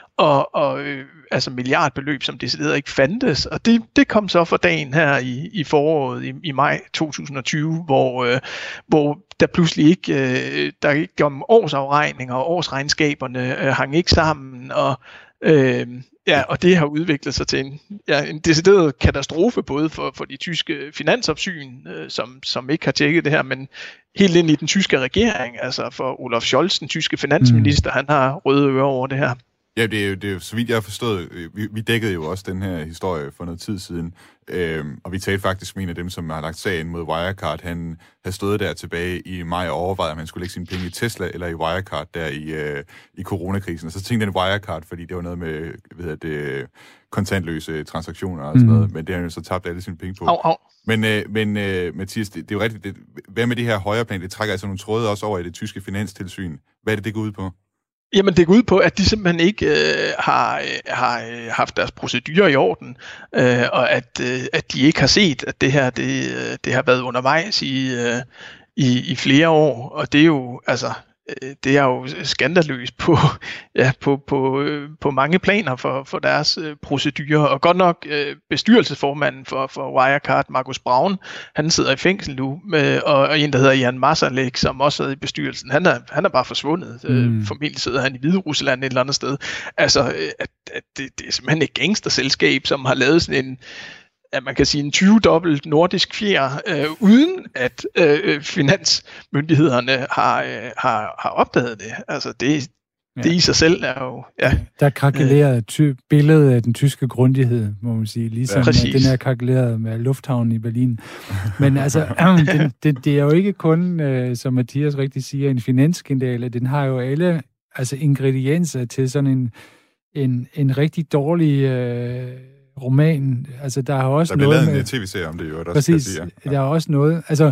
og og øh, altså milliardbeløb, som decideret ikke fandtes. Og det, det kom så for dagen her i, i foråret, i, i maj to tusind og tyve, hvor, øh, hvor der pludselig ikke, øh, der ikke om årsafregninger og årsregnskaberne øh, hang ikke sammen, og øh, ja, og det har udviklet sig til en, ja, en decideret katastrofe, både for, for de tyske finansopsyn, øh, som, som ikke har tjekket det her, men helt ind i den tyske regering, altså for Olaf Scholz, den tyske finansminister, mm. han har røde ører over det her. Ja, det er jo, det er jo, så vidt jeg har forstået, vi, vi dækkede jo også den her historie for noget tid siden, øhm, og vi talte faktisk med en af dem, som har lagt sagen mod Wirecard. Han havde stået der tilbage i maj og overvejet, om han skulle lægge sine penge i Tesla eller i Wirecard der i, øh, i coronakrisen. Og så tænkte han Wirecard, fordi det var noget med hvad det, kontantløse transaktioner og sådan mm. noget, men det har han jo så tabt alle sine penge på. Au, au. Men, øh, men øh, Mathias, det, det er jo rigtigt, det, hvad med det her højre plan, det trækker altså nogle tråde også over i det tyske finanstilsyn. Hvad er det, det går ud på? Jamen det går ud på, at de simpelthen ikke øh, har, har haft deres procedurer i orden, øh, og at, øh, at de ikke har set, at det her det, det har været undervejs i, øh, i, i flere år, og det er jo altså det er jo skandaløst på, ja, på, på, på mange planer for, for deres øh, procedurer. Og godt nok øh, bestyrelsesformanden for, for Wirecard, Markus Braun, han sidder i fængsel nu, med, og, og en, der hedder Jan Masalek, som også sidder i bestyrelsen, han er, han er bare forsvundet. Mm. Øh, formentlig sidder han i Hvide Rusland et eller andet sted. Altså, at, at det, det er simpelthen et gangsterselskab, som har lavet sådan en at man kan sige en tyve-dobbelt nordisk fjer, øh, uden at øh, finansmyndighederne har, øh, har, har opdaget det. Altså det, ja. det i sig selv er jo... Ja. Der krakeleret ty- billedet af den tyske grundighed, må man sige, ligesom ja, den er krakeleret med lufthavnen i Berlin. Men altså, det, det, det er jo ikke kun, øh, som Mathias rigtig siger, en finansskandale. Den har jo alle altså ingredienser til sådan en, en, en rigtig dårlig... Øh, roman, altså der er også der noget... Der bliver lavet en tv-serie om det jo, der præcis, skal sige, ja. Der er også noget, altså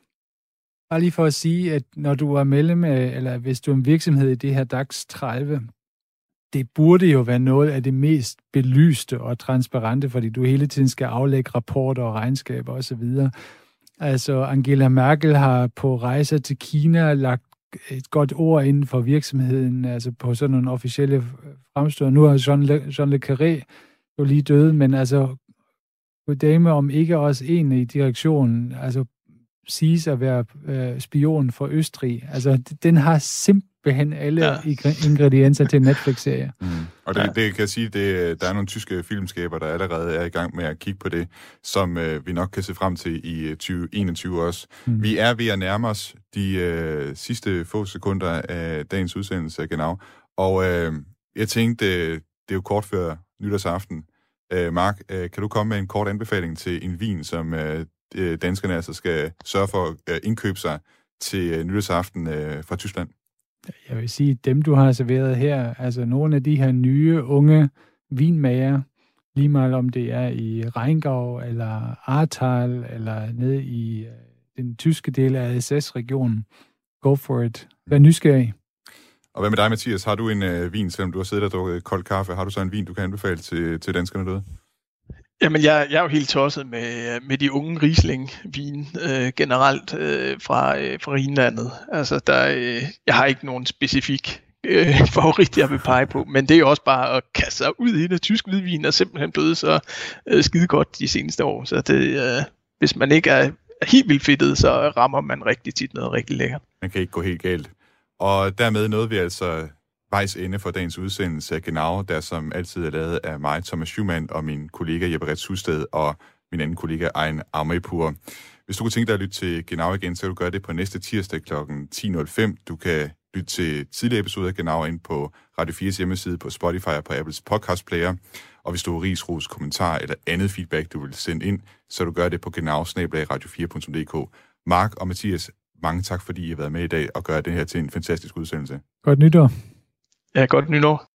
bare lige for at sige, at når du er medlem af, eller hvis du er en virksomhed i det her DAX tredive, det burde jo være noget af det mest belyste og transparente, fordi du hele tiden skal aflægge rapporter og regnskaber osv. Altså, Angela Merkel har på rejser til Kina lagt et godt ord inden for virksomheden, altså på sådan nogle officielle fremstød. Nu har Jean Le, Jean Le Carré jo lige døde, men altså, dame om ikke også en i direktionen, altså siges at være øh, spion for Østrig. Altså, den har simpelthen alle ja. ingredienser til en Netflix-serie. Mm. Og det, ja. det kan jeg sige, det, der er nogle tyske filmskaber, der allerede er i gang med at kigge på det, som øh, vi nok kan se frem til i tyve enogtyve også. Mm. Vi er ved at nærme os de øh, sidste få sekunder af dagens udsendelse af Genau. Og øh, jeg tænkte, det er jo kort før nytårsaften. Øh, Mark, øh, kan du komme med en kort anbefaling til en vin, som øh, danskerne altså skal sørge for at øh, indkøbe sig til øh, nytårsaften øh, fra Tyskland? Jeg vil sige, dem du har serveret her, altså nogle af de her nye, unge vinmager, lige meget om det er i Rheingau eller Ahrtal eller nede i øh, den tyske del af S S-regionen, go for it. Vær nysgerrig. Og hvad med dig, Mathias? Har du en øh, vin, selvom du har siddet og drukket kold kaffe, har du så en vin, du kan anbefale til, til danskerne derude? Jamen, jeg, jeg er jo helt tosset med, med de unge Riesling-vin øh, generelt øh, fra, øh, fra Rhinlandet. Altså, der, øh, jeg har ikke nogen specifik øh, favorit, jeg vil pege på, men det er jo også bare at kaste sig ud i det. Tysk hvidvin er simpelthen blevet så øh, skide godt de seneste år, så det, øh, hvis man ikke er helt vildt fedtet, så rammer man rigtig tit noget rigtig lækkert. Man kan ikke gå helt galt. Og dermed nåede vi altså vejs ende for dagens udsendelse af Genau, der som altid er lavet af mig, Thomas Schumann, og min kollega Jeppe Retz Husted og min anden kollega Ejen Amerpur. Hvis du kunne tænke dig at lytte til Genau igen, så kan du gøre det på næste tirsdag klokken ti nul fem. Du kan lytte til tidligere episoder af Genau ind på Radio fires hjemmeside, på Spotify og på Apples podcast player. Og hvis du har ris, ros, kommentar eller andet feedback, du vil sende ind, så du gør det på genau bindestreg radio fire punktum d k. Mark og Mathias, mange tak, fordi I har været med i dag og gør det her til en fantastisk udsendelse. Godt nytår. Ja, godt nytår.